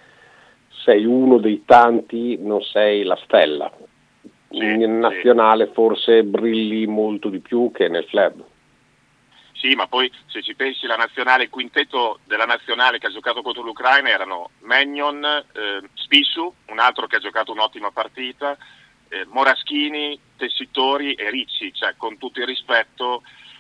sei uno dei tanti, non sei la stella. Sì, in nazionale sì. Forse brilli molto di più che nel club. Sì, ma poi se ci pensi, la nazionale, il quintetto della nazionale che ha giocato contro l'Ucraina erano Maignan, eh, Spissu, un altro che ha giocato un'ottima partita, Eh, Moraschini, Tessitori e Ricci, cioè con tutto il rispetto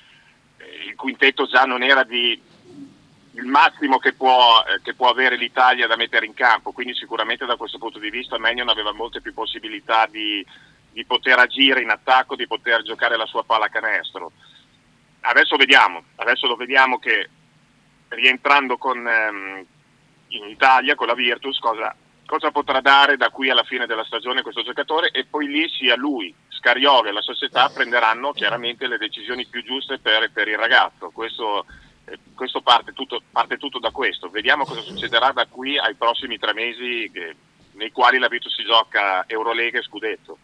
eh, il quintetto già non era di il massimo che può, eh, che può avere l'Italia da mettere in campo, quindi sicuramente da questo punto di vista Maignan aveva molte più possibilità di, di poter agire in attacco, di poter giocare la sua pallacanestro. Adesso vediamo, adesso lo vediamo che rientrando con, ehm, in Italia con la Virtus cosa cosa potrà dare da qui alla fine della stagione questo giocatore, e poi lì sia lui, Scariolo e la società prenderanno chiaramente le decisioni più giuste per, per il ragazzo. Questo, eh, questo parte, tutto, parte tutto da questo. Vediamo cosa succederà da qui ai prossimi tre mesi che, nei quali la Virtus si gioca Eurolega e Scudetto.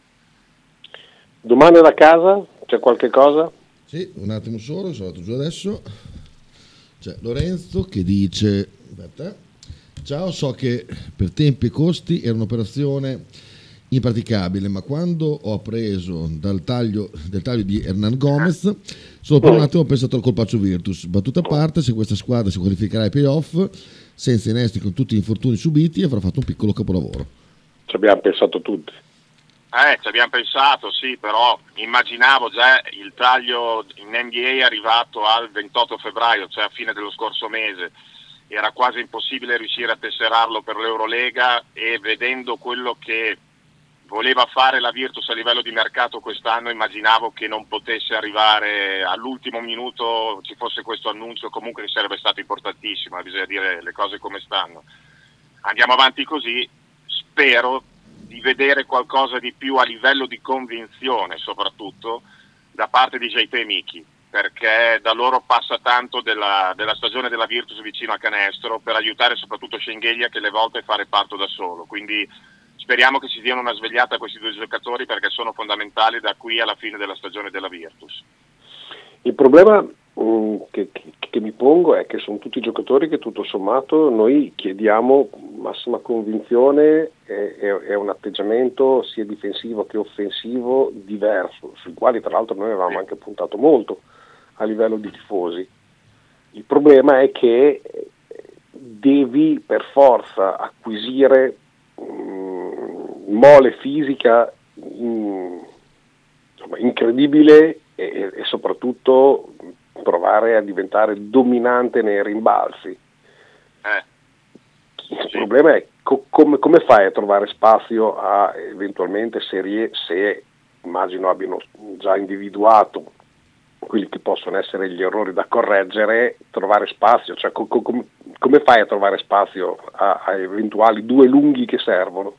Domani da casa c'è qualche cosa? Sì, un attimo solo, sono andato giù adesso. C'è Lorenzo che dice... Aspetta. Ciao, so che per tempi e costi era un'operazione impraticabile, ma quando ho appreso dal taglio, del taglio di Hernan Gomez, solo per un attimo ho pensato al colpaccio Virtus. Battuta a parte, se questa squadra si qualificherà ai playoff senza innesti, con tutti gli infortuni subiti, avrà fatto un piccolo capolavoro. Ci abbiamo pensato tutti. Eh, ci abbiamo pensato, sì, però immaginavo già il taglio in N B A arrivato al ventotto febbraio, cioè a fine dello scorso mese. Era quasi impossibile riuscire a tesserarlo per l'Eurolega, e vedendo quello che voleva fare la Virtus a livello di mercato quest'anno immaginavo che non potesse arrivare all'ultimo minuto, ci fosse questo annuncio, comunque sarebbe stato importantissimo, bisogna dire le cose come stanno. Andiamo avanti così, spero di vedere qualcosa di più a livello di convinzione soprattutto da parte di J T e Miki, perché da loro passa tanto della, della stagione della Virtus vicino a canestro, per aiutare soprattutto Schengelia che le volte fa reparto da solo, quindi speriamo che si diano una svegliata a questi due giocatori, perché sono fondamentali da qui alla fine della stagione della Virtus. Il problema mh, che, che, che mi pongo è che sono tutti giocatori che tutto sommato noi chiediamo massima convinzione e, e, e un atteggiamento sia difensivo che offensivo diverso, sui quali tra l'altro noi avevamo anche puntato molto a livello di tifosi. Il problema è che devi per forza acquisire mh, mole fisica mh, insomma, incredibile e, e soprattutto provare a diventare dominante nei rimbalzi. Eh. Il sì. problema è co- come, come fai a trovare spazio a eventualmente serie, se immagino abbiano già individuato quelli che possono essere gli errori da correggere, trovare spazio, cioè co- co- come fai a trovare spazio a, a eventuali due lunghi che servono?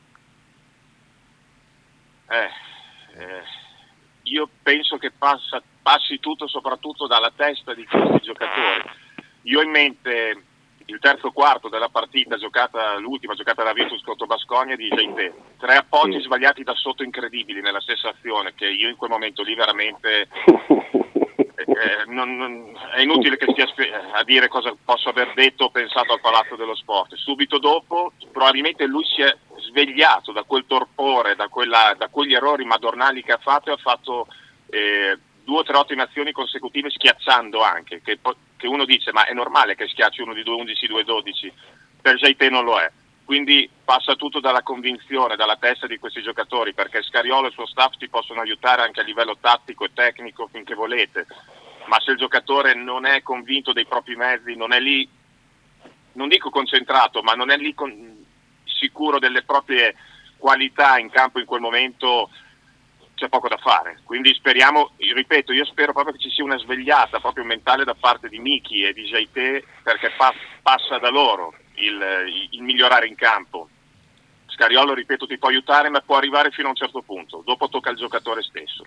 Eh, eh, io penso che passa, passi tutto soprattutto dalla testa di questi giocatori. Io ho in mente il terzo quarto della partita giocata, l'ultima giocata da Virtus contro Baskonia di J T, tre appoggi sì. sbagliati da sotto incredibili nella stessa azione, che io in quel momento lì veramente eh, non, non, è inutile che stia a dire cosa posso aver detto o pensato al Palazzo dello Sport. Subito dopo probabilmente lui si è svegliato da quel torpore, da, quella, da quegli errori madornali che ha fatto, e ha fatto eh, due o tre ottime azioni consecutive, schiacciando anche, che, che uno dice ma è normale che schiacci uno di due undici, due dodici, per Jaité non lo è. Quindi passa tutto dalla convinzione, dalla testa di questi giocatori, perché Scariolo e il suo staff ti possono aiutare anche a livello tattico e tecnico finché volete, ma se il giocatore non è convinto dei propri mezzi, non è lì, non dico concentrato, ma non è lì con, sicuro delle proprie qualità in campo in quel momento, c'è poco da fare. Quindi speriamo, ripeto, io spero proprio che ci sia una svegliata proprio mentale da parte di Miki e di Jaité, perché pa- passa da loro il, il migliorare in campo. Scariolo, ripeto, ti può aiutare, ma può arrivare fino a un certo punto, dopo tocca al giocatore stesso.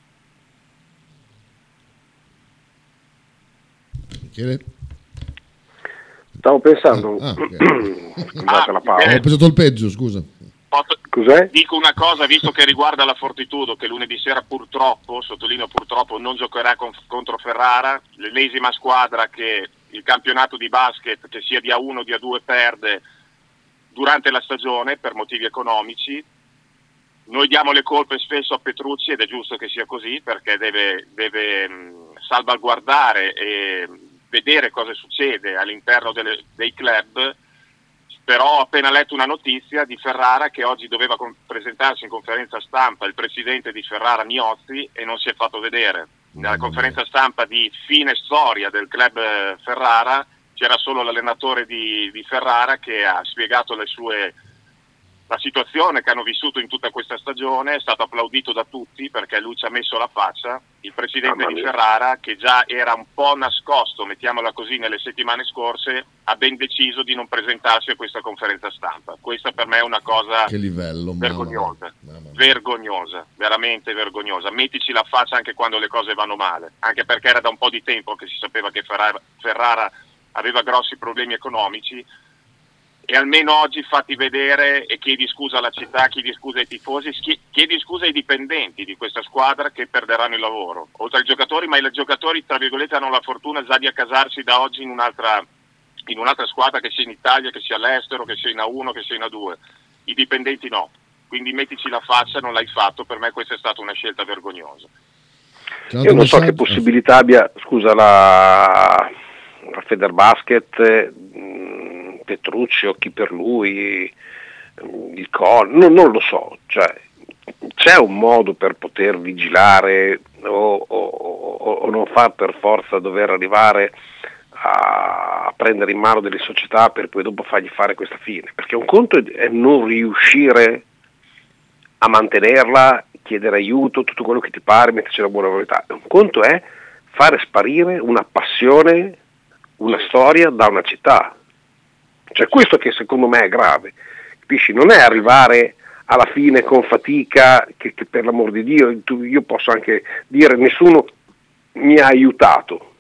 Stavo pensando, ah, ah, okay. Scusate la pausa. Ho pensato il peggio, scusa. Cos'è? Dico una cosa, visto che riguarda la Fortitudo, che lunedì sera purtroppo, sottolineo purtroppo, non giocherà con, contro Ferrara, l'ennesima squadra che il campionato di basket, che sia di A uno o di A due, perde durante la stagione per motivi economici. Noi diamo le colpe spesso a Petrucci, ed è giusto che sia così, perché deve, deve mh, salvaguardare e vedere cosa succede all'interno delle, dei club. Però ho appena letto una notizia di Ferrara, che oggi doveva con- presentarsi in conferenza stampa il presidente di Ferrara Miozzi, e non si è fatto vedere. Nella conferenza stampa di fine storia del club Ferrara c'era solo l'allenatore di, di Ferrara, che ha spiegato le sue, la situazione che hanno vissuto in tutta questa stagione. È stato applaudito da tutti perché lui ci ha messo la faccia. Il presidente di Ferrara, che già era un po' nascosto, mettiamola così, nelle settimane scorse, ha ben deciso di non presentarsi a questa conferenza stampa. Questa per me è una cosa che livello, vergognosa, mamma, mamma. vergognosa, veramente vergognosa. Mettici la faccia anche quando le cose vanno male, anche perché era da un po' di tempo che si sapeva che Ferrara, Ferrara aveva grossi problemi economici. E almeno oggi fatti vedere e chiedi scusa alla città, chiedi scusa ai tifosi, chiedi scusa ai dipendenti di questa squadra che perderanno il lavoro, oltre ai giocatori, ma i giocatori tra virgolette hanno la fortuna già di accasarsi da oggi in un'altra, in un'altra squadra, che sia in Italia, che sia all'estero, che sia in A uno, che sia in A due. I dipendenti no, quindi mettici la faccia, non l'hai fatto. Per me questa è stata una scelta vergognosa. Io non so che possibilità abbia, scusa, la, la Federbasket, Petrucci o chi per lui, il Col, no, non lo so, cioè, c'è un modo per poter vigilare o, o, o, o non far per forza dover arrivare a, a prendere in mano delle società per poi dopo fargli fare questa fine, perché un conto è non riuscire a mantenerla, chiedere aiuto, tutto quello che ti pare, metterci la buona volontà. Un conto è fare sparire una passione, una storia da una città. Cioè questo che secondo me è grave, capisci? Non è arrivare alla fine con fatica, che, che per l'amor di Dio, tu, io posso anche dire nessuno mi ha aiutato,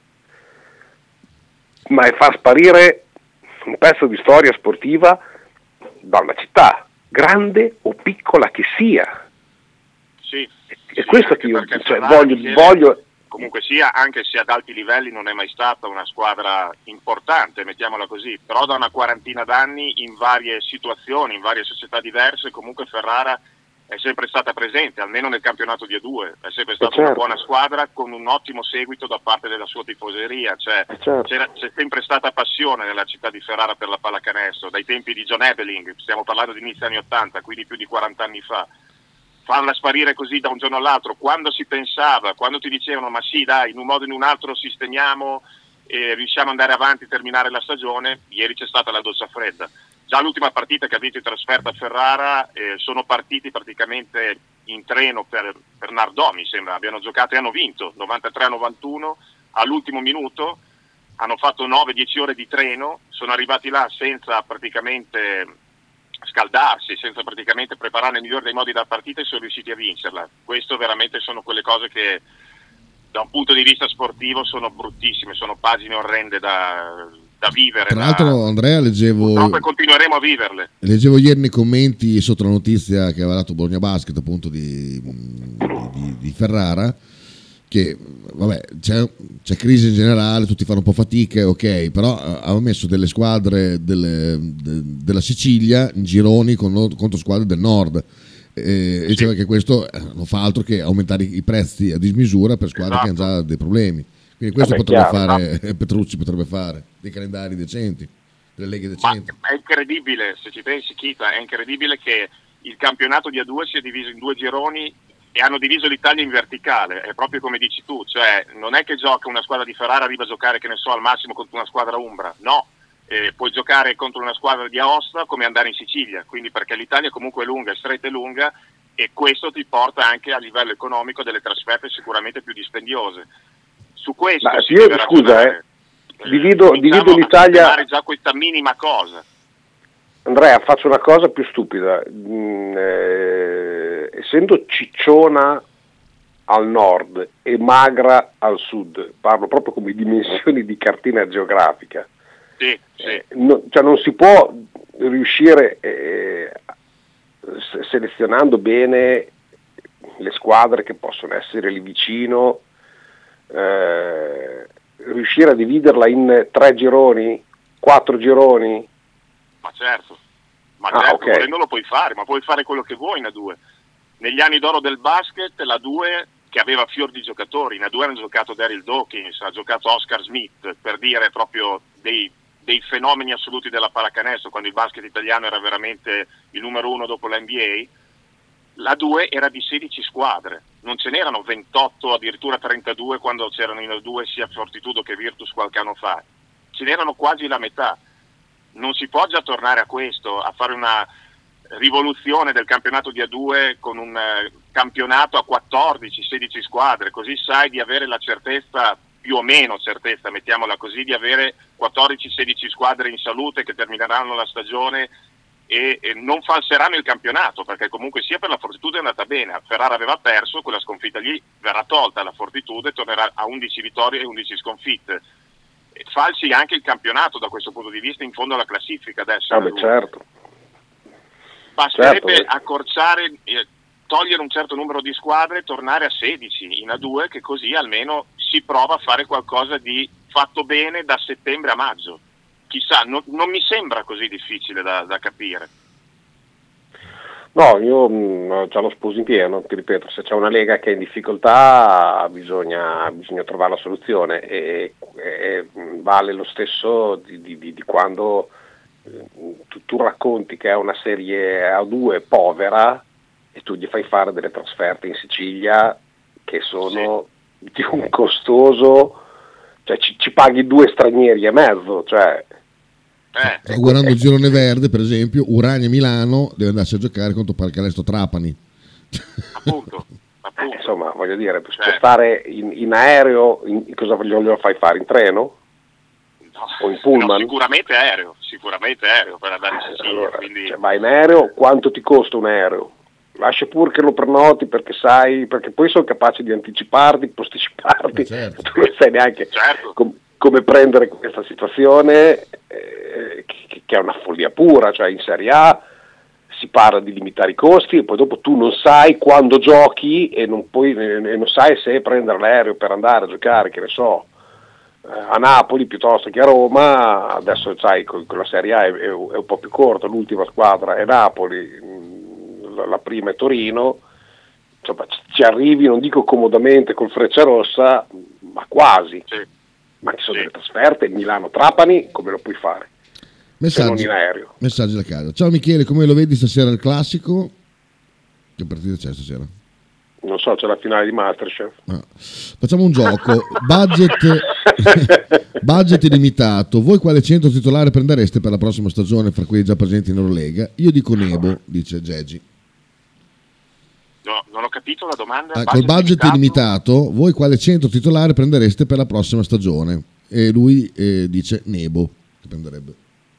ma è far sparire un pezzo di storia sportiva da una città, grande o piccola che sia. Sì, e sì, questo che io cioè, voglio, chiede... voglio Comunque sia, anche se ad alti livelli non è mai stata una squadra importante, mettiamola così, però da una quarantina d'anni in varie situazioni, in varie società diverse, comunque Ferrara è sempre stata presente, almeno nel campionato di A due, è sempre stata certo. una buona squadra con un ottimo seguito da parte della sua tifoseria, cioè certo. c'era, c'è sempre stata passione nella città di Ferrara per la pallacanestro, dai tempi di John Ebeling, stiamo parlando di inizio anni ottanta, quindi più di quaranta anni fa. Farla sparire così da un giorno all'altro, quando si pensava, quando ti dicevano ma sì dai, in un modo o in un altro sistemiamo e riusciamo ad andare avanti e terminare la stagione, ieri c'è stata la doccia fredda. Già l'ultima partita che ha vinto in trasferta a Ferrara, eh, sono partiti praticamente in treno per, per Nardò, mi sembra, abbiano giocato e hanno vinto, novantatré a novantuno, all'ultimo minuto, hanno fatto nove dieci ore di treno, sono arrivati là senza praticamente scaldarsi, senza praticamente preparare nel migliore dei modi la partita e sono riusciti a vincerla. Questo veramente sono quelle cose che da un punto di vista sportivo sono bruttissime, sono pagine orrende da, da vivere. Tra l'altro da... Andrea leggevo purtroppo continueremo a viverle. Leggevo ieri nei commenti sotto la notizia che aveva dato Bologna Basket appunto di, di, di Ferrara, che vabbè, c'è, c'è crisi in generale, tutti fanno un po' fatica, ok, però aveva messo delle squadre delle, de, della Sicilia in gironi con, contro squadre del nord, e sì. diceva che questo non fa altro che aumentare i prezzi a dismisura per squadre esatto. che hanno già dei problemi, quindi questo Vabbè, potrebbe chiaro, fare no? Petrucci potrebbe fare dei calendari decenti, delle leghe decenti. Ma è incredibile, se ci pensi Chita, è incredibile che il campionato di A due sia diviso in due gironi e hanno diviso l'Italia in verticale, è proprio come dici tu, cioè non è che gioca una squadra di Ferrara, arriva a giocare, che ne so, al massimo contro una squadra umbra, no, eh, puoi giocare contro una squadra di Aosta come andare in Sicilia, quindi perché l'Italia comunque è lunga, è stretta e lunga, e questo ti porta anche a livello economico delle trasferte sicuramente più dispendiose. Su questo Ma si io, deve scusa, ragionare, eh, divido, eh, divido l'Italia... a già questa minima cosa. Andrea, faccio una cosa più stupida, mm, eh, essendo cicciona al nord e magra al sud, parlo proprio come dimensioni di cartina geografica, sì, sì. Eh, no, cioè non si può riuscire eh, selezionando bene le squadre che possono essere lì vicino, eh, riuscire a dividerla in tre gironi, quattro gironi. Ma certo, ma ah, certo, okay. volendo lo puoi fare, ma puoi fare quello che vuoi in A due. Negli anni d'oro del basket, la A due, che aveva fior di giocatori, in A due hanno giocato Daryl Dawkins, ha giocato Oscar Smith, per dire proprio dei, dei fenomeni assoluti della pallacanestro, quando il basket italiano era veramente il numero uno dopo la N B A. La A due era di sedici squadre, non ce n'erano ventotto, addirittura trentadue quando c'erano in A due sia Fortitudo che Virtus qualche anno fa, ce n'erano quasi la metà. Non si può già tornare a questo, a fare una rivoluzione del campionato di A due con un eh, campionato a quattordici sedici squadre, così sai di avere la certezza, più o meno certezza, mettiamola così, di avere quattordici sedici squadre in salute che termineranno la stagione e, e non falseranno il campionato, perché comunque sia per la Fortitudo è andata bene, Ferrara aveva perso, quella sconfitta lì verrà tolta la Fortitudo e tornerà a undici vittorie e undici sconfitte. Falsi anche il campionato da questo punto di vista in fondo alla classifica adesso. Ah, beh, certo. Basterebbe certo. accorciare, eh, togliere un certo numero di squadre e tornare a sedici in A due, che così almeno si prova a fare qualcosa di fatto bene da settembre a maggio. Chissà, no, non mi sembra così difficile da, da capire. No, io mh, già lo sposo in pieno, ti ripeto, se c'è una Lega che è in difficoltà bisogna, bisogna trovare la soluzione e, e vale lo stesso di, di, di quando eh, tu, tu racconti che è una serie A due povera e tu gli fai fare delle trasferte in Sicilia che sono sì. di un costoso, cioè ci, ci paghi due stranieri e mezzo, cioè... Eh. Guardando il girone verde, per esempio, Urania Milano deve andarsi a giocare contro Pallacanestro Trapani. Appunto, appunto. Eh, insomma, voglio dire, per certo. spostare in, in aereo, in, cosa glielo fai fare? In treno? No, o in pullman? No, sicuramente aereo, sicuramente aereo per andare in Sicilia. Allora, quindi... cioè, vai in aereo, quanto ti costa un aereo? Lascia pure che lo prenoti perché sai, perché poi sono capaci di anticiparti, posticiparti, eh certo. tu non sai neanche certo. com- come prendere questa situazione eh, che, che è una follia pura, cioè in Serie A si parla di limitare i costi e poi dopo tu non sai quando giochi e non, puoi, e non sai se prendere l'aereo per andare a giocare, che ne so, a Napoli piuttosto che a Roma. Adesso sai con la Serie A è, è, è un po' più corta, l'ultima squadra è Napoli, la, la prima è Torino, insomma ci arrivi, non dico comodamente col Frecciarossa, ma quasi. Sì. Ma ci sono sì. delle trasferte, Milano-Trapani, come lo puoi fare? Messaggi, se non in aereo. Messaggi da casa. Ciao Michele, come lo vedi stasera il classico? Che partita c'è stasera? Non so, c'è la finale di Masterchef. Ah. Facciamo un gioco. budget budget illimitato. Voi quale centro titolare prendereste per la prossima stagione fra quelli già presenti in Eurolega? Io dico Nebo, dice Gegi. No, non ho capito la domanda. Ah, col budget illimitato, voi quale centro titolare prendereste per la prossima stagione? E lui eh, dice Nebo, che prenderebbe.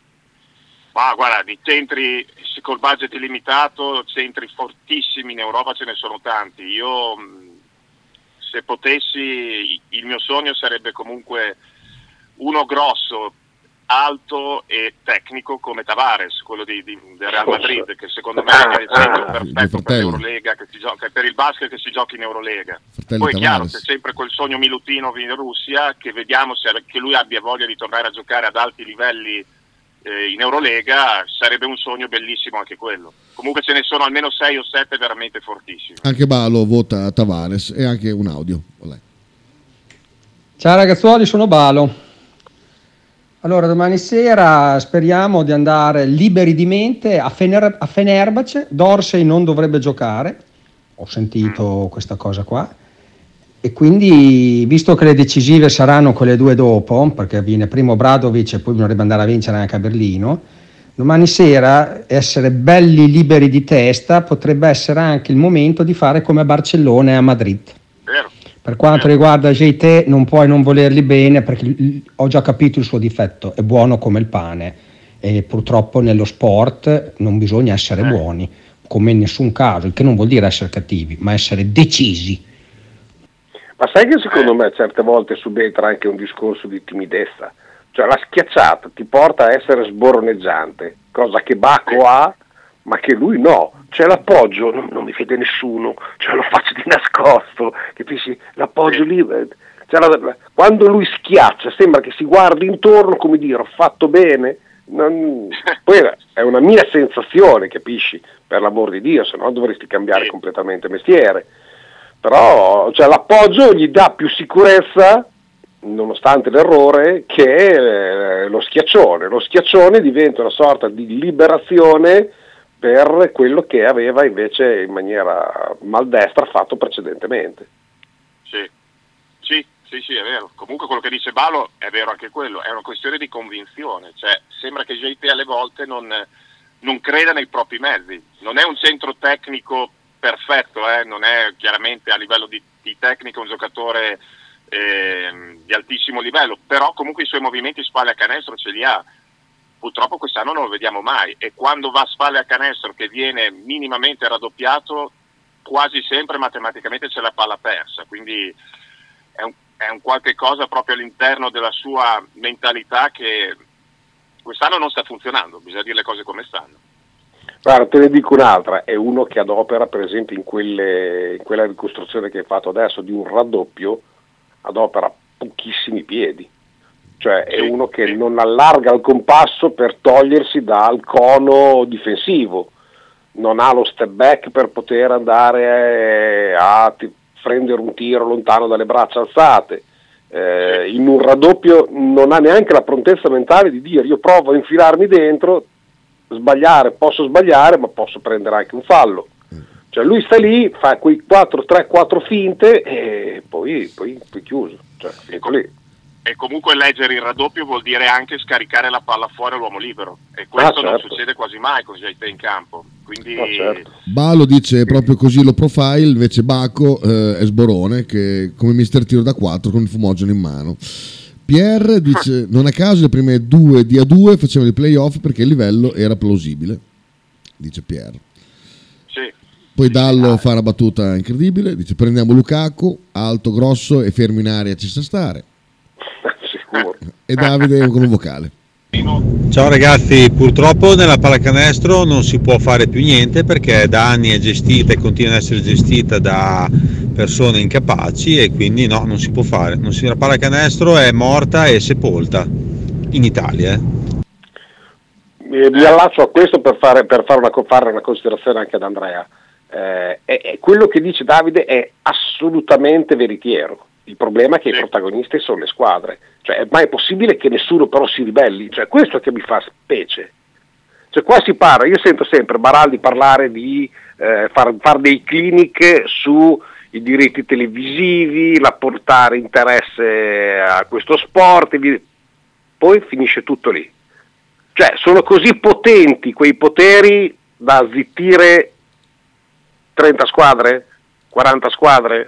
Ma guarda, di centri col budget illimitato, centri fortissimi in Europa ce ne sono tanti. Io, se potessi, il mio sogno sarebbe comunque uno grosso, alto e tecnico come Tavares, quello di, di, del Real Madrid, che secondo me è il centro perfetto per l'Eurolega, che si gioca, per il basket che si giochi in Eurolega. Fratelli Poi è chiaro, Tavares. c'è sempre quel sogno Milutinov in Russia, che vediamo se che lui abbia voglia di tornare a giocare ad alti livelli eh, in Eurolega, sarebbe un sogno bellissimo anche quello. Comunque ce ne sono almeno sei o sette veramente fortissimi. Anche Balo vota Tavares e anche un audio. Olè. Ciao ragazzuoli, sono Balo. Allora, domani sera speriamo di andare liberi di mente a, Fener- a Fenerbahce. Dorsey non dovrebbe giocare, ho sentito questa cosa qua, e quindi, visto che le decisive saranno quelle due dopo, perché viene primo Obradovic e poi bisognerebbe andare a vincere anche a Berlino, domani sera essere belli liberi di testa potrebbe essere anche il momento di fare come a Barcellona e a Madrid. Vero. Per quanto riguarda J T, non puoi non volerli bene, perché l- ho già capito il suo difetto, è buono come il pane, e purtroppo nello sport non bisogna essere eh. buoni, come in nessun caso, il che non vuol dire essere cattivi, ma essere decisi. Ma sai che secondo me certe volte subentra anche un discorso di timidezza, cioè la schiacciata ti porta a essere sboroneggiante, cosa che Bacco ha, ma che lui no. C'è l'appoggio, non, non mi vede nessuno, cioè lo faccio di nascosto, capisci? L'appoggio lì, cioè la, quando lui schiaccia sembra che si guardi intorno come dire ho fatto bene, non, poi è una mia sensazione, capisci? Per l'amor di Dio, se no dovresti cambiare completamente mestiere, però cioè, l'appoggio gli dà più sicurezza, nonostante l'errore, che eh, lo schiaccione. Lo schiaccione diventa una sorta di liberazione per quello che aveva invece in maniera maldestra fatto precedentemente. Sì, sì, sì, sì, è vero. Comunque quello che dice Balo è vero anche quello, è una questione di convinzione, cioè sembra che J T alle volte non, non creda nei propri mezzi, non è un centro tecnico perfetto, eh? Non è chiaramente a livello di, di tecnica un giocatore eh, di altissimo livello, però comunque i suoi movimenti spalle a canestro ce li ha. Purtroppo quest'anno non lo vediamo mai, e quando va a spalle a canestro che viene minimamente raddoppiato, quasi sempre matematicamente c'è la palla persa, quindi è un, è un qualche cosa proprio all'interno della sua mentalità che quest'anno non sta funzionando, bisogna dire le cose come stanno. Guarda, te ne dico un'altra, è uno che adopera per esempio in, quelle, in quella ricostruzione che hai fatto adesso di un raddoppio, adopera pochissimi piedi. Cioè è uno che non allarga il compasso per togliersi dal cono difensivo, non ha lo step back per poter andare a ti, prendere un tiro lontano dalle braccia alzate, eh, in un raddoppio non ha neanche la prontezza mentale di dire io provo a infilarmi dentro, sbagliare, posso sbagliare ma posso prendere anche un fallo. Cioè lui sta lì, fa quei quattro tre quattro finte e poi, poi, poi chiuso, cioè finito lì. E comunque leggere il raddoppio vuol dire anche scaricare la palla fuori all'uomo libero, e questo ah, certo. non succede quasi mai con J T in campo, quindi ah, certo. Balo dice proprio così lo profile, invece Bacco eh, è sborone, che come mister tiro da quattro con il fumogeno in mano. Pierre dice non a caso le prime due D A due facevano i playoff perché il livello era plausibile, dice Pierre. Sì. Poi Dallo fa una battuta incredibile, dice prendiamo Lukaku, alto, grosso e fermo in aria ci sa stare. E Davide con un vocale. Ciao ragazzi, purtroppo nella pallacanestro non si può fare più niente perché da anni è gestita e continua ad essere gestita da persone incapaci, e quindi no, non si può fare. Non si, la pallacanestro è morta e sepolta in Italia. Eh. Mi allaccio a questo per fare, per fare, una, fare una considerazione anche ad Andrea. Eh, è, è quello che dice Davide è assolutamente veritiero. Il problema è che sì. i protagonisti sono le squadre, cioè ma è possibile che nessuno però si ribelli? Cioè questo che mi fa specie. Cioè qua si parla, io sento sempre Baraldi parlare di eh, far, far dei clinic sui diritti televisivi, la portare interesse a questo sport, poi finisce tutto lì. Cioè sono così potenti quei poteri da zittire trenta squadre, quaranta squadre?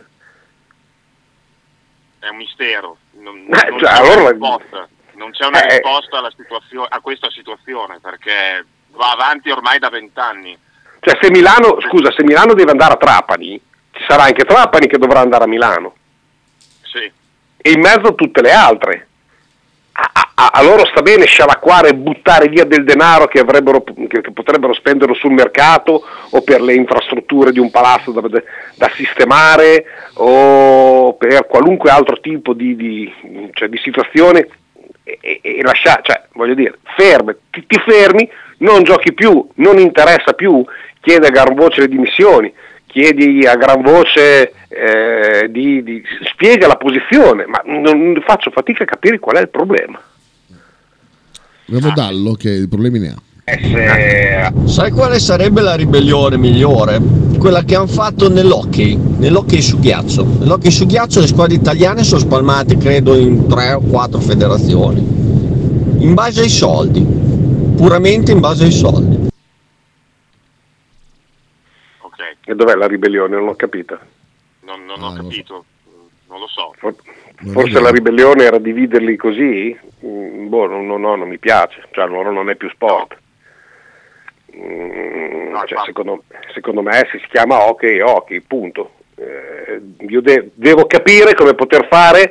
È un mistero, non, eh, non cioè, c'è allora... una risposta, non c'è una eh, risposta alla situazio- a questa situazione, perché va avanti ormai da vent'anni. Cioè se Milano, scusa, se Milano deve andare a Trapani, ci sarà anche Trapani che dovrà andare a Milano. Sì. E in mezzo tutte le altre. Ah, a, a loro sta bene scialacquare e buttare via del denaro che, avrebbero, che, che potrebbero spenderlo sul mercato o per le infrastrutture di un palazzo da, da sistemare o per qualunque altro tipo di, di, cioè di situazione e, e, e lasciare, cioè voglio dire, fermi, ti, ti fermi, non giochi più, non interessa più, chiede a gran voce le dimissioni, chiedi a gran voce eh, di, di spiega la posizione, ma non faccio fatica a capire qual è il problema. Abbiamo Dallo che i problemi ne ha. Sai quale sarebbe la ribellione migliore? Quella che hanno fatto nell'hockey, nell'hockey su ghiaccio. Nell'hockey su ghiaccio le squadre italiane sono spalmate credo in tre o quattro federazioni, in base ai soldi, puramente in base ai soldi. Ok. E dov'è la ribellione? Non ho capito. Non, non ho Ah, non capito, non lo so. For- Forse la ribellione era dividerli così? Mm, boh, non, no, non mi piace, cioè allora non è più sport. Mm, No, cioè, ma- secondo, secondo me si chiama hockey hockey, punto. Eh, io de- devo capire come poter fare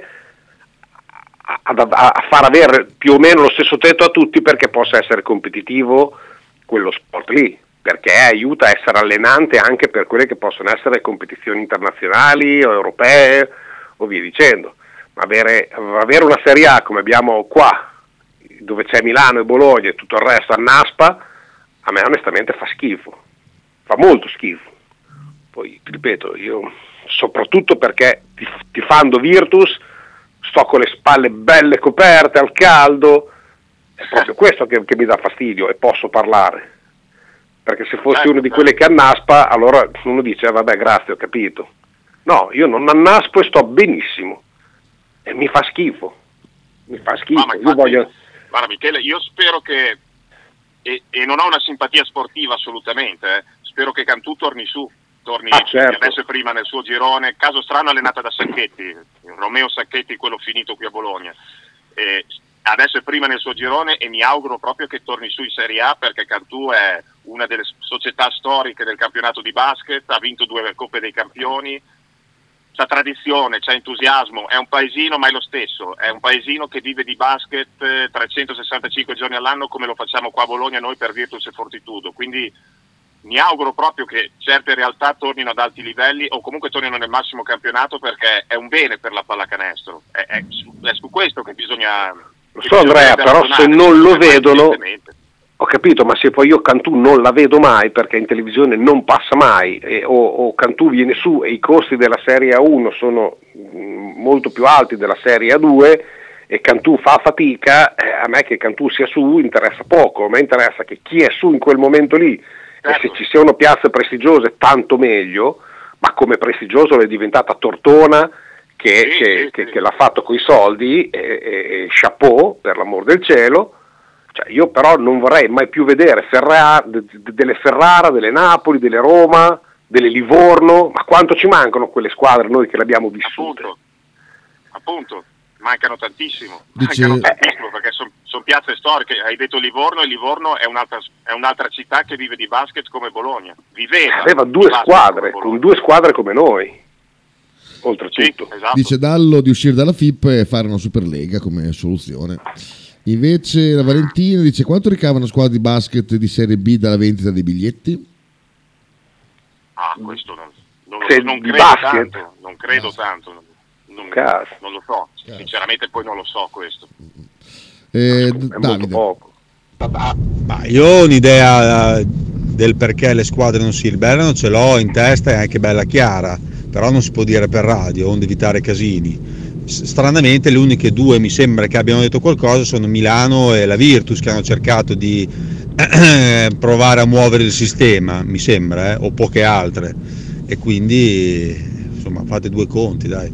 a, a- a far avere più o meno lo stesso tetto a tutti perché possa essere competitivo quello sport lì, perché aiuta a essere allenante anche per quelle che possono essere competizioni internazionali o europee o via dicendo. Ma avere, avere una Serie A come abbiamo qua, dove c'è Milano e Bologna e tutto il resto a Naspa, a me onestamente fa schifo, fa molto schifo. Poi ti ripeto, io soprattutto perché tif- tifando Virtus sto con le spalle belle coperte al caldo, è proprio questo che, che mi dà fastidio e posso parlare. Perché se fossi uno di quelle che annaspa, allora uno dice, eh, vabbè grazie, ho capito. No, io non annaspo e sto benissimo. E mi fa schifo. Mi fa schifo. Ah, ma Io infatti, voglio... Guarda Michele, io spero che, e, e non ho una simpatia sportiva assolutamente, eh, spero che Cantù torni su, torni Ah, certo. adesso e prima nel suo girone, caso strano allenata da Sacchetti, Romeo Sacchetti, quello finito qui a Bologna. E adesso è prima nel suo girone e mi auguro proprio che torni su in Serie A perché Cantù è una delle società storiche del campionato di basket, ha vinto due Coppe dei Campioni, c'ha tradizione, c'ha entusiasmo, è un paesino ma è lo stesso, è un paesino che vive di basket eh, trecentosessantacinque giorni all'anno come lo facciamo qua a Bologna noi per Virtus e Fortitudo, quindi mi auguro proprio che certe realtà tornino ad alti livelli o comunque tornino nel massimo campionato perché è un bene per la pallacanestro, è, è, su, è su questo che bisogna... Lo so Andrea, però se non lo vedono... Ho capito, ma se poi io Cantù non la vedo mai perché in televisione non passa mai e, o, o Cantù viene su e i costi della Serie A uno sono mh, molto più alti della Serie A due e Cantù fa fatica, eh, a me che Cantù sia su interessa poco, a me interessa che chi è su in quel momento lì Certo. e se ci siano piazze prestigiose tanto meglio, ma come prestigioso è diventata Tortona che, Sì, che, sì, che, sì. che l'ha fatto coi soldi e, e, e chapeau per l'amor del cielo. Cioè, io però non vorrei mai più vedere Ferrara, de- de- delle Ferrara, delle Napoli, delle Roma, delle Livorno, ma quanto ci mancano quelle squadre noi che le abbiamo vissute? Appunto, appunto, mancano tantissimo, Dice- mancano tantissimo perché sono son piazze storiche, hai detto Livorno e Livorno è un'altra, è un'altra città che vive di basket come Bologna, viveva Aveva di due basket squadre, come con Bologna. due squadre come noi, oltretutto. Sì, esatto. Dice Dallo di uscire dalla F I P e fare una Superlega come soluzione. Invece la Valentina dice quanto ricava una squadra di basket di Serie B dalla vendita dei biglietti? Ah, questo non, non, lo- Se non di credo basket? tanto, non credo tanto, non, non- Cazzo. non lo so, Cazzo. sinceramente poi non lo so questo. Eh, È molto Davide. poco. Ma io ho un'idea eh, del perché le squadre non si ribellano, ce l'ho in testa e anche bella chiara, però non si può dire per radio, onde evitare casini. S- Stranamente le uniche due mi sembra che abbiano detto qualcosa sono Milano e la Virtus che hanno cercato di provare a muovere il sistema, mi sembra, eh, o poche altre. E quindi insomma fate due conti, dai.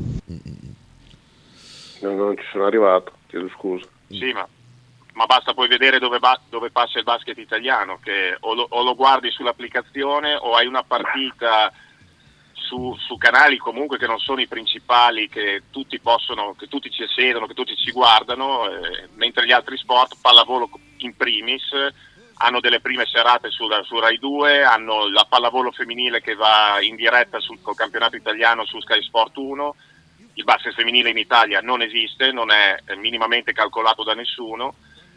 Non, non ci sono arrivato, chiedo scusa. Sì, ma, ma basta poi vedere dove, ba- dove passa il basket italiano, che o lo, o lo guardi sull'applicazione o hai una partita su, su canali comunque che non sono i principali, che tutti possono, che tutti ci siedono, che tutti ci guardano, eh, mentre gli altri sport, pallavolo in primis, hanno delle prime serate su, su Rai due, hanno la pallavolo femminile che va in diretta sul col campionato italiano su Sky Sport uno, il basket femminile in Italia non esiste, non è minimamente calcolato da nessuno,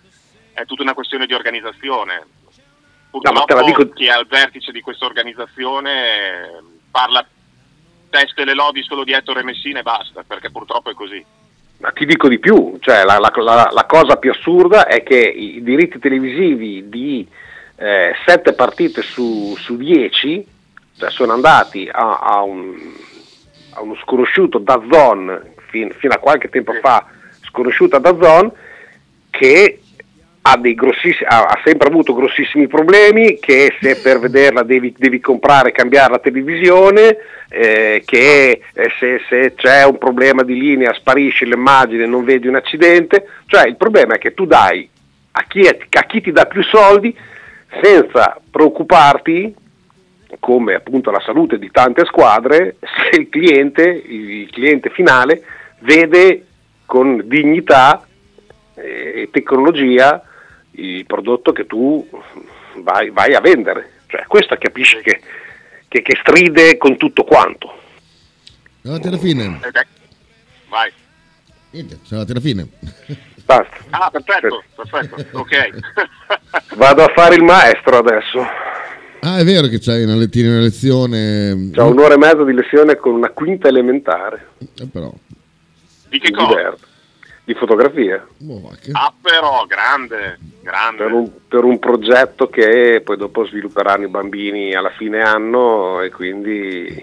è tutta una questione di organizzazione. Purtroppo no, dico... chi è al vertice di questa organizzazione parla teste le lodi solo di Ettore Messina e basta, perché purtroppo è così. Ma ti dico di più, cioè la, la, la, la cosa più assurda è che i diritti televisivi di eh, sette partite su, su dieci, cioè sono andati a, a, un, a uno sconosciuto DAZN, fin, fino a qualche tempo fa sconosciuta DAZN, che ha, dei grossissimi, ha, ha sempre avuto grossissimi problemi, che se per vederla devi, devi comprare e cambiare la televisione, eh, che eh, se, se c'è un problema di linea sparisce l'immagine, non vedi un accidente. Cioè il problema è che tu dai a chi, è, a chi ti dà più soldi senza preoccuparti, come appunto la salute di tante squadre, se il cliente, il cliente finale vede con dignità e tecnologia il prodotto che tu vai, vai a vendere. Cioè questo capisci che, che, che stride con tutto quanto. Siamo andati alla fine. Vai. Niente, siamo andati alla fine. Basta. Ah, perfetto, perfetto, ok. Vado a fare il maestro adesso. Ah, è vero che c'hai una, lettina, una lezione. C'ho un'ora e mezza di lezione con una quinta elementare. Eh, però. Di che cosa? Di fotografia. Oh, che... Ah, però, grande, grande. Per un, per un progetto che poi dopo svilupperanno i bambini alla fine anno, e quindi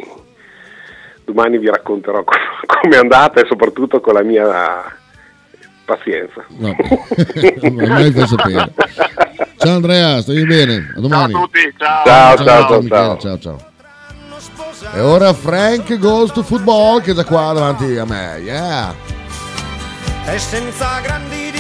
domani vi racconterò com- come è andata e soprattutto con la mia pazienza. No, mai fa sapere. Ciao Andrea, stai bene? A domani. Ciao a tutti, ciao. Ciao, ciao, ciao, ciao, ciao. ciao, ciao. E ora Frank goes to football, che è già qua davanti a me. Yeah. E senza grandi